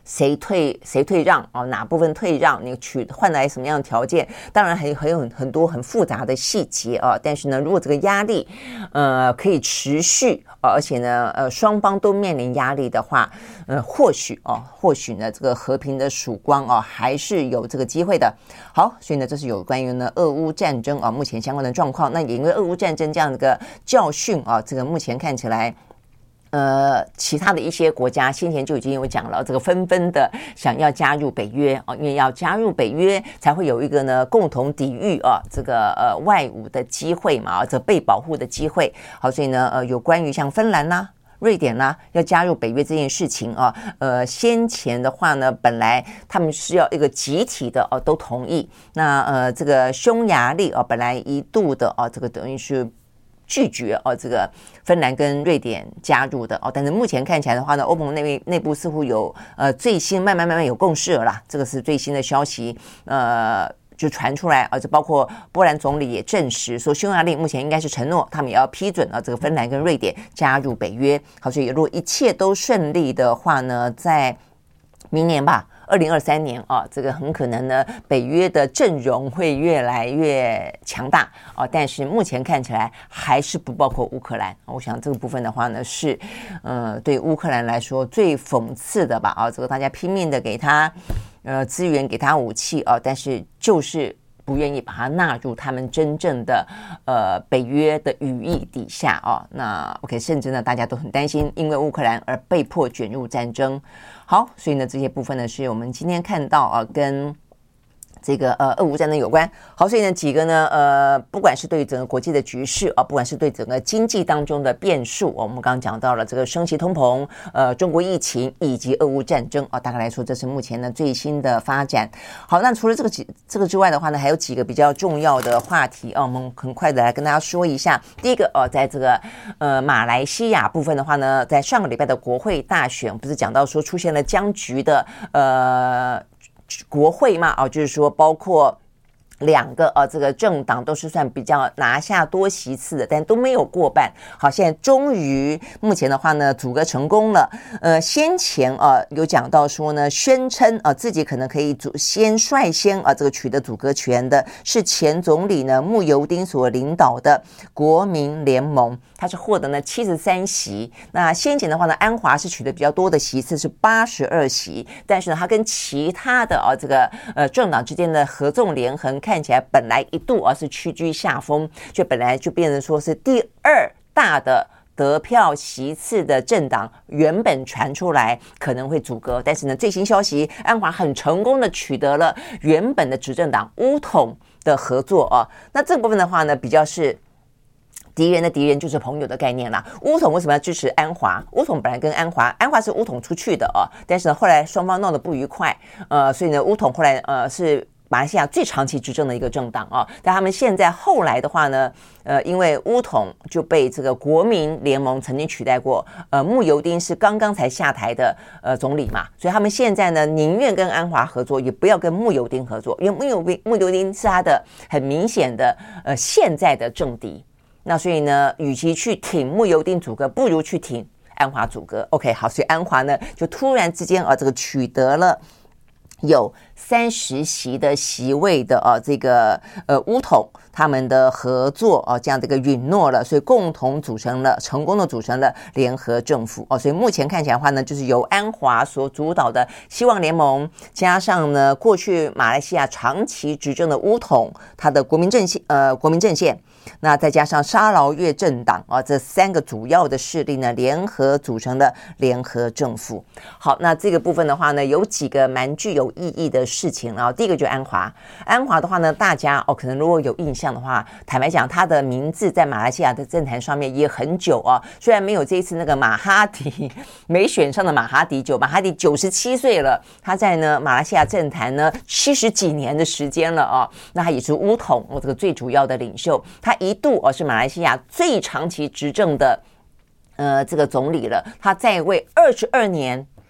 谁退谁退让哦，哪部分退让，你取换来什么样的条件？当然还很有很多很复杂的细节啊。但是呢，如果这个压力呃可以持续，呃、而且呢呃双方都面临压力的话，呃或许哦或许呢这个和平的曙光哦还是有这个机会的。好，所以呢这是有关于呢俄乌战争啊目前相关的状况。那也因为俄乌战争这样的一个教训啊，这个目前看起来。呃，其他的一些国家先前就已经有讲了，这个纷纷的想要加入北约啊，因为要加入北约才会有一个呢共同抵御啊这个呃外侮的机会嘛，这被保护的机会。好，所以呢呃有关于像芬兰啦、瑞典啦要加入北约这件事情啊，呃先前的话呢，本来他们是要一个集体的哦、啊、都同意，那呃这个匈牙利啊本来一度的啊这个等于是。拒绝哦，这个芬兰跟瑞典加入的哦，但是目前看起来的话呢，欧盟内内部似乎有呃最新慢慢慢慢有共识了啦，这个是最新的消息，呃就传出来啊，这包括波兰总理也证实说，匈牙利目前应该是承诺他们也要批准啊这个芬兰跟瑞典加入北约。好，所以如果一切都顺利的话呢，在明年吧。二零二三年啊，这个很可能呢，北约的阵容会越来越强大啊，但是目前看起来还是不包括乌克兰。我想这个部分的话呢，是呃对乌克兰来说最讽刺的吧啊，这个大家拼命的给他呃资源，给他武器啊，但是就是不愿意把它纳入他们真正的呃北约的羽翼底下啊。那 OK， 甚至呢大家都很担心，因为乌克兰而被迫卷入战争。好，所以呢，这些部分呢是我们今天看到啊，跟这个呃俄乌战争有关。好，所以呢几个呢呃，不管是对整个国际的局势啊，不管是对整个经济当中的变数，我们刚刚讲到了这个升息通膨，呃，中国疫情以及俄乌战争啊，大概来说这是目前呢最新的发展。好，那除了这个这个之外的话呢，还有几个比较重要的话题啊，我们很快的来跟大家说一下。第一个哦、呃，在这个呃马来西亚部分的话呢，在上个礼拜的国会大选，不是讲到说出现了僵局的呃。国会嘛，哦，就是说包括两个呃、啊，这个政党都是算比较拿下多席次的，但都没有过半。好，现在终于目前的话呢，组阁成功了。呃，先前啊有讲到说呢，宣称啊自己可能可以组先率先啊这个取得组阁权的是前总理呢慕尤丁所领导的国民联盟，他是获得呢七十三席。那先前的话呢，安华是取得比较多的席次，是八十二席，但是呢，他跟其他的啊这个呃政党之间的合纵连横。看起来本来一度而是屈居下风，就本来就变成说是第二大的得票席次的政党，原本传出来可能会阻隔，但是呢，最新消息，安华很成功的取得了原本的执政党巫统的合作啊。那这部分的话呢，比较是敌人的敌人就是朋友的概念啦。巫统为什么要支持安华？巫统本来跟安华，安华是巫统出去的啊，但是呢，后来双方闹得不愉快，呃，所以呢，巫统后来呃是。马来西亚最长期执政的一个政党啊，但他们现在后来的话呢，呃，因为巫统就被这个国民联盟曾经取代过，呃，慕尤丁是刚刚才下台的呃总理嘛，所以他们现在呢宁愿跟安华合作，也不要跟慕尤丁合作，因为慕尤丁慕尤丁是他的很明显的呃现在的政敌，那所以呢，与其去挺慕尤丁组阁，不如去挺安华组阁。OK， 好，所以安华呢就突然之间啊，这个取得了。有三十席的席位的啊，这个呃巫统他们的合作啊，这样的一个允诺了，所以共同组成了成功的组成了联合政府哦、啊，所以目前看起来的话呢，就是由安华所主导的希望联盟，加上呢过去马来西亚长期执政的巫统，他的国民阵线呃国民阵线，那再加上沙劳越政党啊，这三个主要的势力呢联合组成了联合政府。好，那这个部分的话呢，有几个蛮具有意义的事情。然后第一个就是安华，安华的话呢，大家哦可能如果有印象的话，坦白讲，他的名字在马来西亚的政坛上面也很久啊。虽然没有这一次那个马哈迪没选上的马哈迪久，马哈迪九十七岁了，他在呢马来西亚政坛呢七十几年的时间了啊。那他也是巫统哦这个最主要的领袖，他一度哦是马来西亚最长期执政的呃这个总理了，他在位二十二年。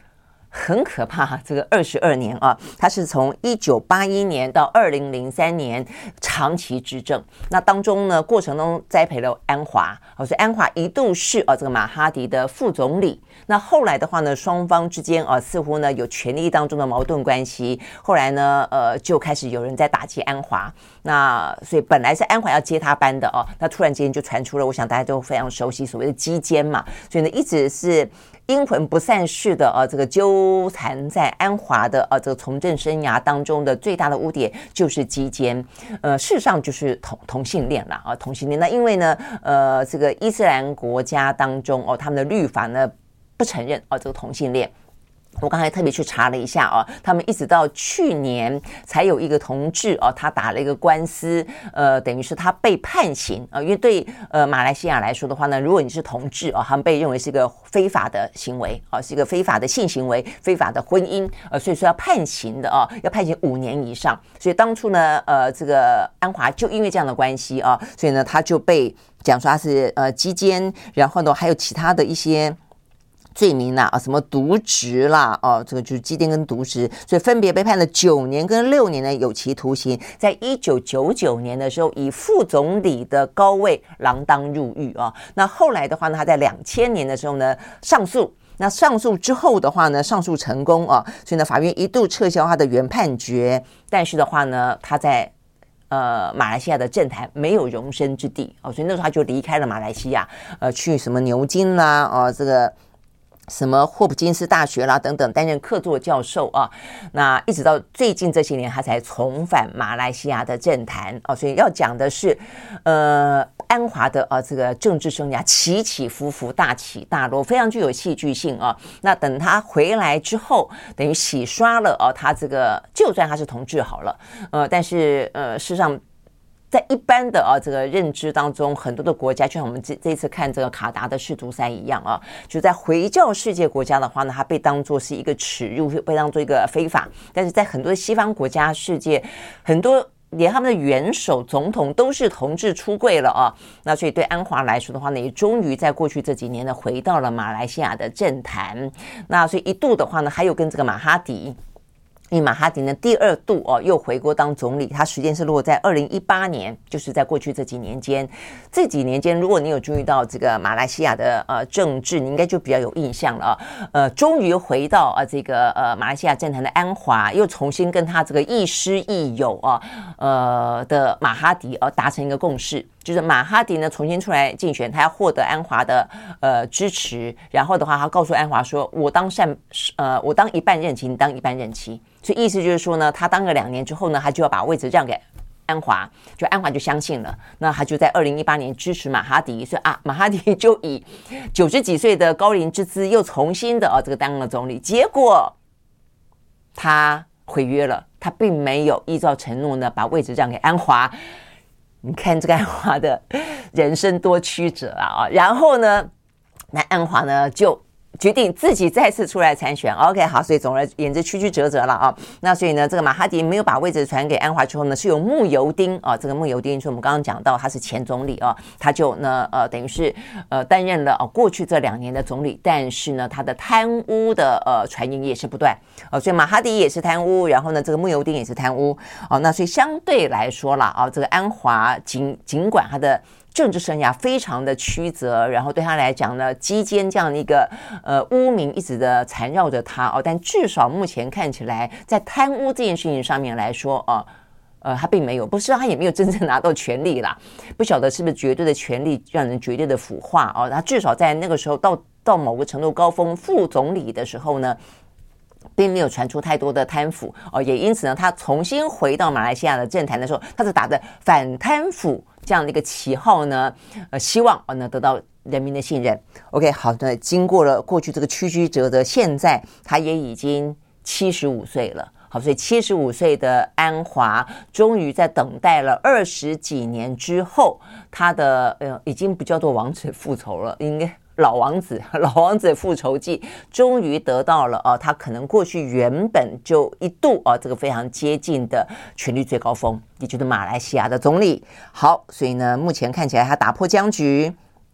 很可怕，这个二十二年啊，他是从一九八一年到二零零三年长期执政。那当中呢，过程中栽培了安华，所以安华一度是啊这个马哈迪的副总理。那后来的话呢，双方之间啊似乎呢有权力当中的矛盾关系。后来呢，呃就开始有人在打击安华。那所以本来是安华要接他班的哦，那突然间就传出了，我想大家都非常熟悉所谓的基奸嘛，所以呢一直是阴魂不散式的呃，这个纠缠在安华的呃这个从政生涯当中的最大的污点就是基奸，呃，事实上就是同同性恋啦啊，同性恋。那因为呢，呃，这个伊斯兰国家当中哦，他们的律法呢不承认哦这个同性恋。我刚才特别去查了一下哦，他们一直到去年才有一个同志哦，他打了一个官司，呃，等于是他被判刑啊、呃，因为对呃马来西亚来说的话呢，如果你是同志哦，他们被认为是一个非法的行为啊、哦，是一个非法的性行为、非法的婚姻，呃，所以说要判刑的哦，要判刑五年以上。所以当初呢，呃，这个安华就因为这样的关系啊、哦，所以呢他就被讲说他是呃基奸，然后呢还有其他的一些罪名啦、啊，什么渎职啦，哦，这个就是基奸跟渎职，所以分别被判了九年跟六年的有期徒刑。在一九九九年的时候，以副总理的高位锒铛入狱啊。那后来的话呢，他在两千年的时候呢上诉。那上诉之后的话呢，上诉成功啊，所以呢，法院一度撤销他的原判决，但是的话呢，他在呃，马来西亚的政坛没有容身之地哦，所以那时候他就离开了马来西亚，呃，去什么牛津啦，哦，这个。什么霍普金斯大学啦等等，担任客座教授啊，那一直到最近这些年，他才重返马来西亚的政坛啊，所以要讲的是，呃，安华的啊这个政治生涯起起伏伏，大起大落，非常具有戏剧性啊。那等他回来之后，等于洗刷了啊，他这个就算他是同志好了，呃，但是呃，事实上。在一般的啊这个认知当中，很多的国家就像我们这这一次看这个卡达的世足赛一样啊，就在回教世界国家的话呢，它被当作是一个耻辱，被当作一个非法。但是在很多西方国家世界，很多连他们的元首、总统都是同志出柜了啊。那所以对安华来说的话呢，也终于在过去这几年呢，回到了马来西亚的政坛。那所以一度的话呢，还有跟这个马哈迪。因为马哈迪呢第二度哦又回国当总理，他时间是落在二零一八年，就是在过去这几年间。这几年间，如果你有注意到这个马来西亚的呃政治，你应该就比较有印象了啊。呃，终于回到啊这个呃马来西亚政坛的安华，又重新跟他这个亦师亦友啊呃的马哈迪啊达成一个共识。就是马哈迪呢重新出来竞选，他要获得安华的呃支持，然后的话，他告诉安华说：“我当善呃我当一半任期，你当一半任期。”所以意思就是说呢，他当了两年之后呢，他就要把位置让给安华，就安华就相信了，那他就在二零一八年支持马哈迪，所以啊，马哈迪就以九十几岁的高龄之姿又重新的啊这个当了总理，结果他毁约了，他并没有依照承诺呢把位置让给安华。你看这个安华的人生多曲折啊！然后呢，那安华呢就决定自己再次出来参选。OK， 好，所以总而言之曲曲折折了啊。那所以呢，这个马哈迪没有把位置传给安华之后呢，是由慕尤丁啊，这个慕尤丁是我们刚刚讲到他是前总理啊，他就呢呃等于是呃担任了、啊、过去这两年的总理，但是呢他的贪污的呃传言也是不断啊，所以马哈迪也是贪污，然后呢这个慕尤丁也是贪污啊，那所以相对来说啦啊，这个安华尽尽管他的政治生涯非常的曲折，然后对他来讲呢，基奸这样的一个呃污名一直的缠绕着他哦，但至少目前看起来，在贪污这件事情上面来说啊，呃，他并没有，不是他也没有真正拿到权力啦，不晓得是不是绝对的权力让人绝对的腐化哦，他至少在那个时候到到某个程度高峰，副总理的时候呢。并没有传出太多的贪腐哦，也因此呢，他重新回到马来西亚的政坛的时候，他是打着反贪腐这样的一个旗号呢，呃，希望哦呢得到人民的信任。OK， 好的，经过了过去这个曲曲折折，现在他也已经七十五岁了。好，所以七十五岁的安华终于在等待了二十几年之后，他的呃已经不叫做王子复仇了，应该。老王子，老王子复仇记终于得到了啊，他可能过去原本就一度啊，这个非常接近的权力最高峰，也就是马来西亚的总理。好，所以呢，目前看起来他打破僵局，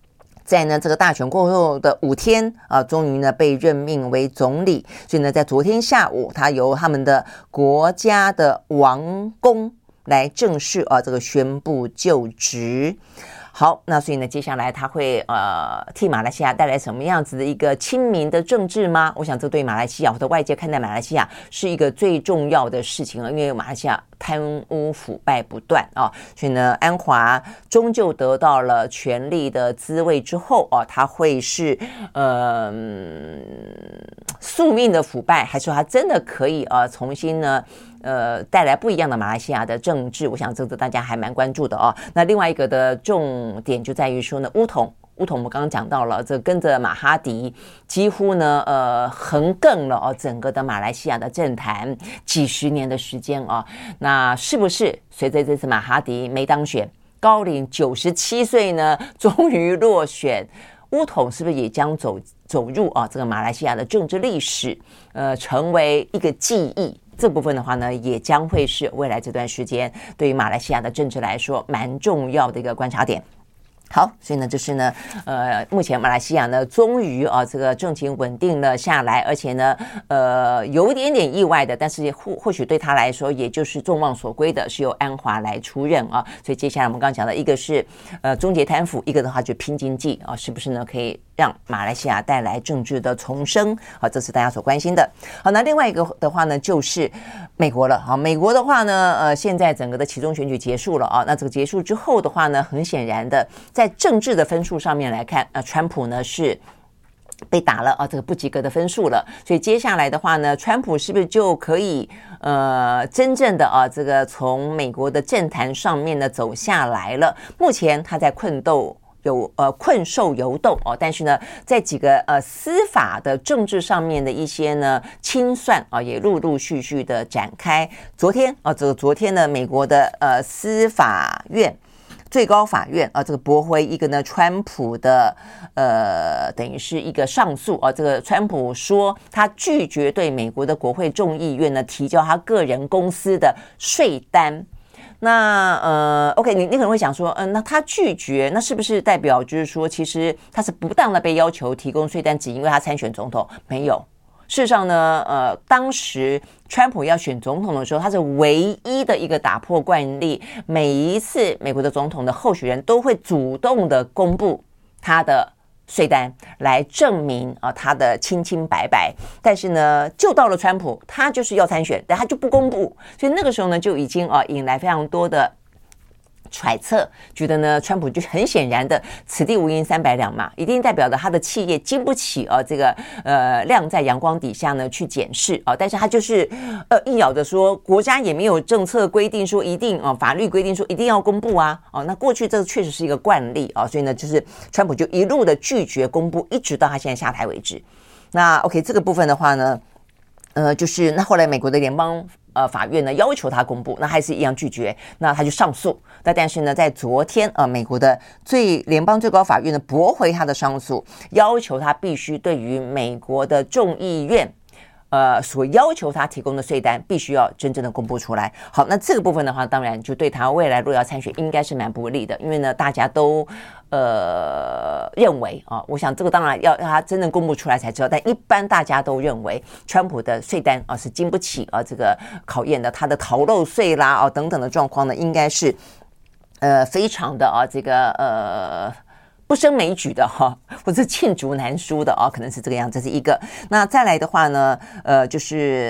在呢这个大选过后的五天啊，终于呢被任命为总理。所以呢，在昨天下午，他由他们的国家的王公来正式啊这个宣布就职。好，那所以呢，接下来他会呃替马来西亚带来什么样子的一个亲民的政治吗？我想这对马来西亚或者外界看待马来西亚是一个最重要的事情了，因为马来西亚贪污腐败不断啊，所以呢，安华终究得到了权力的滋味之后啊，他会是呃宿命的腐败，还是说他真的可以啊重新呢？呃，带来不一样的马来西亚的政治，我想这个大家还蛮关注的哦。那另外一个的重点就在于说呢，巫统，巫统我们刚刚讲到了，这跟着马哈迪几乎呢，呃，横亘了哦，整个的马来西亚的政坛几十年的时间啊。那是不是随着这次马哈迪没当选，高龄九十七岁呢，终于落选？巫统是不是也将走走入啊这个马来西亚的政治历史，呃，成为一个记忆？这部分的话呢，也将会是未来这段时间对于马来西亚的政治来说蛮重要的一个观察点。好，所以呢，就是呢，呃，目前马来西亚呢，终于啊，这个政情稳定了下来，而且呢，呃，有一点点意外的，但是或或许对他来说，也就是众望所归的，是由安华来出任啊。所以接下来我们刚刚讲的一个是呃终结贪腐，一个的话就拼经济啊，是不是呢？可以让马来西亚带来政治的重生？好，这是大家所关心的。好，那另外一个的话呢，就是美国了。好，美国的话呢，呃，现在整个的期中选举结束了啊，那这个结束之后的话呢，很显然的，在政治的分数上面来看，呃，川普呢是被打了啊，这个不及格的分数了。所以接下来的话呢，川普是不是就可以呃真正的啊，这个从美国的政坛上面呢走下来了？目前他在困斗。有呃困兽犹斗哦，但是呢，在几个呃司法的政治上面的一些呢清算啊，也陆陆续续的展开。昨天啊，这个昨天呢，美国的呃司法院。最高法院啊，这个驳回一个呢，川普的呃，等于是一个上诉啊。这个川普说他拒绝对美国的国会众议院呢提交他个人公司的税单。那呃 ，OK， 你你可能会想说，嗯、呃，那他拒绝，那是不是代表就是说，其实他是不当的被要求提供税单，只因为他参选总统？没有。事实上呢，呃，当时川普要选总统的时候，他是唯一的一个打破惯例，每一次美国的总统的候选人都会主动的公布他的税单来证明啊、呃、他的清清白白。但是呢，就到了川普，他就是要参选，但他就不公布，所以那个时候呢，就已经啊、呃、引来非常多的揣测，觉得呢，川普就很显然的，此地无银三百两嘛，一定代表着他的企业经不起啊、呃、这个呃晾在阳光底下呢去检视啊、呃，但是他就是呃硬咬着说，国家也没有政策规定说一定啊、呃，法律规定说一定要公布啊，哦、呃，那过去这确实是一个惯例啊、呃，所以呢，就是川普就一路的拒绝公布，一直到他现在下台为止。那 OK， 这个部分的话呢，呃，就是那后来美国的联邦。呃，法院呢要求他公布，那还是一样拒绝，那他就上诉。那但是呢，在昨天呃，美国的最联邦最高法院呢驳回他的上诉，要求他必须对于美国的众议院呃所要求他提供的税单，必须要真正的公布出来。好，那这个部分的话，当然就对他未来若要参选，应该是蛮不利的，因为呢，大家都。呃，认为啊，我想这个当然要让他真正公布出来才知道，但一般大家都认为，川普的税单啊是经不起啊这个考验的，他的逃漏税啦啊等等的状况呢，应该是呃非常的啊这个呃不胜枚举的哈、啊，或者罄竹难书的啊，可能是这个样子，这是一个。那再来的话呢，呃，就是。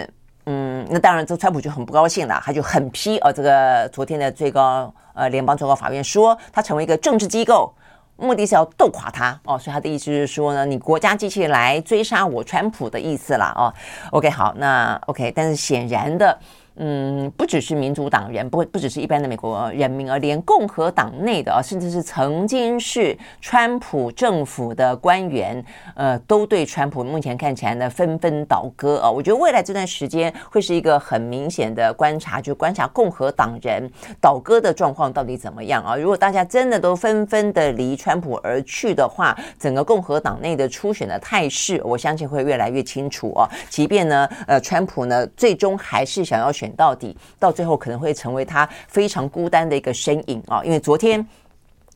嗯，那当然，这川普就很不高兴了，他就很批啊，这个昨天的最高呃联邦最高法院说，他成为一个政治机构，目的是要斗垮他哦，所以他的意思是说呢，你国家机器来追杀我川普的意思啦哦。OK， 好，那 OK， 但是显然的。嗯，不只是民主党人，不不只是一般的美国人民，而连共和党内的啊，甚至是曾经是川普政府的官员，呃，都对川普目前看起来呢纷纷倒戈啊。我觉得未来这段时间会是一个很明显的观察，就观察共和党人倒戈的状况到底怎么样啊。如果大家真的都纷纷的离川普而去的话，整个共和党内的初选的态势，我相信会越来越清楚啊。即便呢，呃，川普呢最终还是想要选。选到底，到最后可能会成为他非常孤单的一个身影啊！因为昨天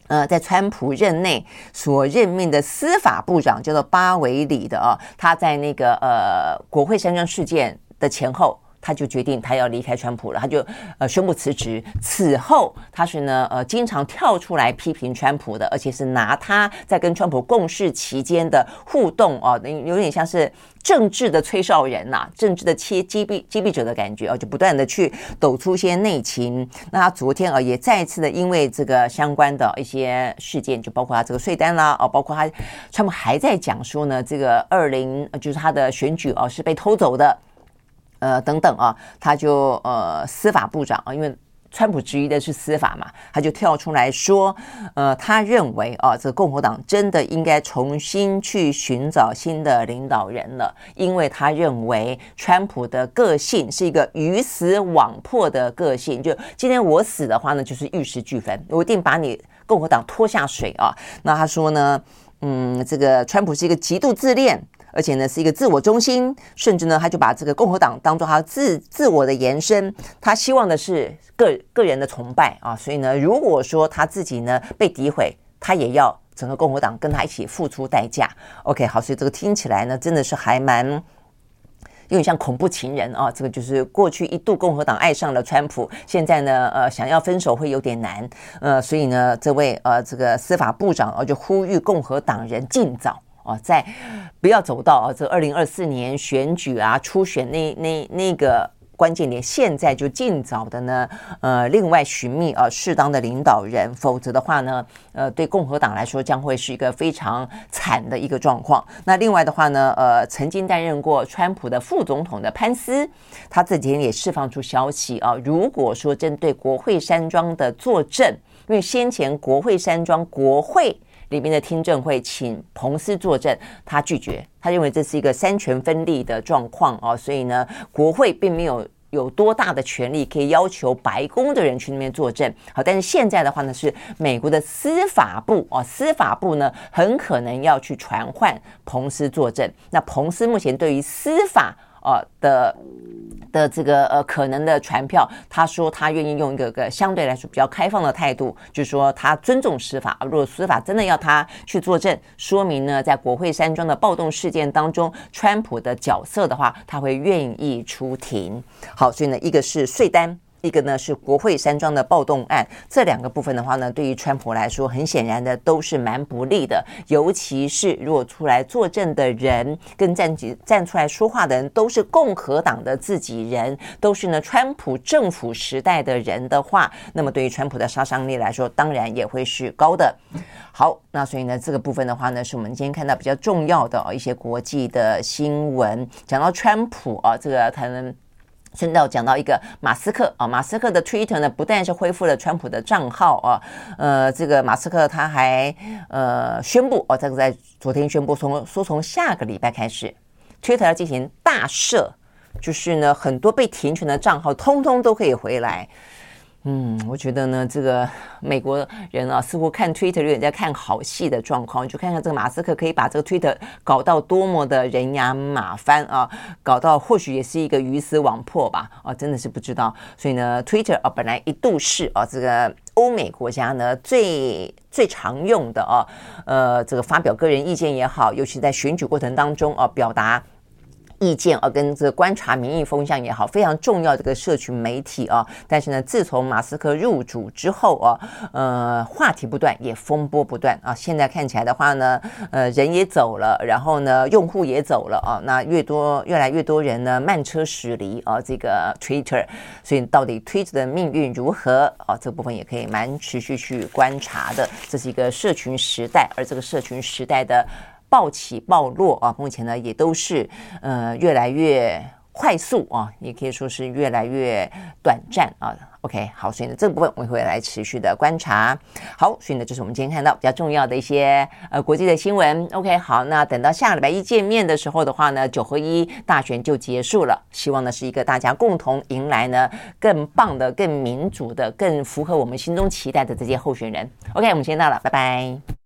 呃，在川普任内所任命的司法部长叫做巴维里的啊，他在那个呃国会山庄事件的前后，他就决定他要离开川普了，他就呃宣布辞职。此后他是呢呃经常跳出来批评川普的，而且是拿他在跟川普共事期间的互动哦，有点像是政治的吹哨人呐、啊，政治的切击毙击毙者的感觉哦，就不断的去抖出一些内情。那他昨天啊也再一次的因为这个相关的一些事件，就包括他这个税单啦，哦，包括他川普还在讲说呢，这个二零就是他的选举哦是被偷走的。呃，等等啊，他就呃，司法部长啊，因为川普质疑的是司法嘛，他就跳出来说，呃，他认为啊，这个共和党真的应该重新去寻找新的领导人了，因为他认为川普的个性是一个鱼死网破的个性，就今天我死的话呢，就是玉石俱焚，我一定把你共和党拖下水啊。那他说呢，嗯，这个川普是一个极度自恋。而且呢是一个自我中心，甚至呢他就把这个共和党当作他自自我的延伸，他希望的是个个人的崇拜啊，所以呢如果说他自己呢被诋毁，他也要整个共和党跟他一起付出代价。 OK 好，所以这个听起来呢真的是还蛮有点像恐怖情人啊，这个就是过去一度共和党爱上了川普，现在呢呃想要分手会有点难，呃所以呢这位呃这个司法部长啊就呼吁共和党人尽早哦，在不要走到、哦、这二零二四年选举啊初选那那那个关键点，现在就尽早的呢呃另外寻觅啊适当的领导人，否则的话呢呃对共和党来说将会是一个非常惨的一个状况。那另外的话呢呃曾经担任过川普的副总统的潘斯，他这几天也释放出消息啊，如果说针对国会山庄的作证，因为先前国会山庄国会里面的听证会请彭斯作证，他拒绝，他认为这是一个三权分立的状况哦，所以呢，国会并没有有多大的权利可以要求白宫的人去那边作证。好，但是现在的话呢，是美国的司法部哦，司法部呢很可能要去传唤彭斯作证。那彭斯目前对于司法呃的的这个呃可能的传票，他说他愿意用一个个相对来说比较开放的态度，就是说他尊重司法。如果司法真的要他去作证，说明呢在国会山庄的暴动事件当中，川普的角色的话，他会愿意出庭。好，所以呢，一个是税单，一个呢是国会山庄的暴动案，这两个部分的话呢，对于川普来说很显然的都是蛮不利的，尤其是如果出来作证的人跟站站出来说话的人都是共和党的自己人，都是呢川普政府时代的人的话，那么对于川普的杀伤力来说当然也会是高的。好，那所以呢这个部分的话呢是我们今天看到比较重要的、哦、一些国际的新闻。讲到川普啊、哦，这个可能顺道讲到一个马斯克啊，马斯克的 Twitter 呢，不但是恢复了川普的账号啊，呃，这个马斯克他还呃宣布哦，这个在昨天宣布从说从下个礼拜开始 ，Twitter 要进行大赦，就是呢很多被停权的账号通通都可以回来。嗯，我觉得呢，这个美国人啊，似乎看 Twitter 有点在看好戏的状况，就看看这个马斯克可以把这个 Twitter 搞到多么的人仰马翻啊，搞到或许也是一个鱼死网破吧，啊，真的是不知道。所以呢 ，Twitter 啊，本来一度是啊，这个欧美国家呢最最常用的啊，呃，这个发表个人意见也好，尤其在选举过程当中啊，表达意见啊，跟这个观察民意风向也好，非常重要的这个社群媒体啊。但是呢，自从马斯克入主之后啊，呃，话题不断，也风波不断啊。现在看起来的话呢，呃，人也走了，然后呢，用户也走了啊。那越多越来越多人呢，慢车驶离啊，这个 Twitter。所以到底 Twitter 的命运如何啊？这部分也可以蛮持续去观察的。这是一个社群时代，而这个社群时代的暴起暴落啊，目前呢也都是呃越来越快速啊，也可以说是越来越短暂啊。OK， 好，所以呢这个部分我们会来持续的观察。好，所以呢这是我们今天看到比较重要的一些呃国际的新闻。OK， 好，那等到下个礼拜一见面的时候的话呢，九合一大选就结束了，希望呢是一个大家共同迎来呢更棒的、更民主的、更符合我们心中期待的这些候选人。OK， 我们先到了，拜拜。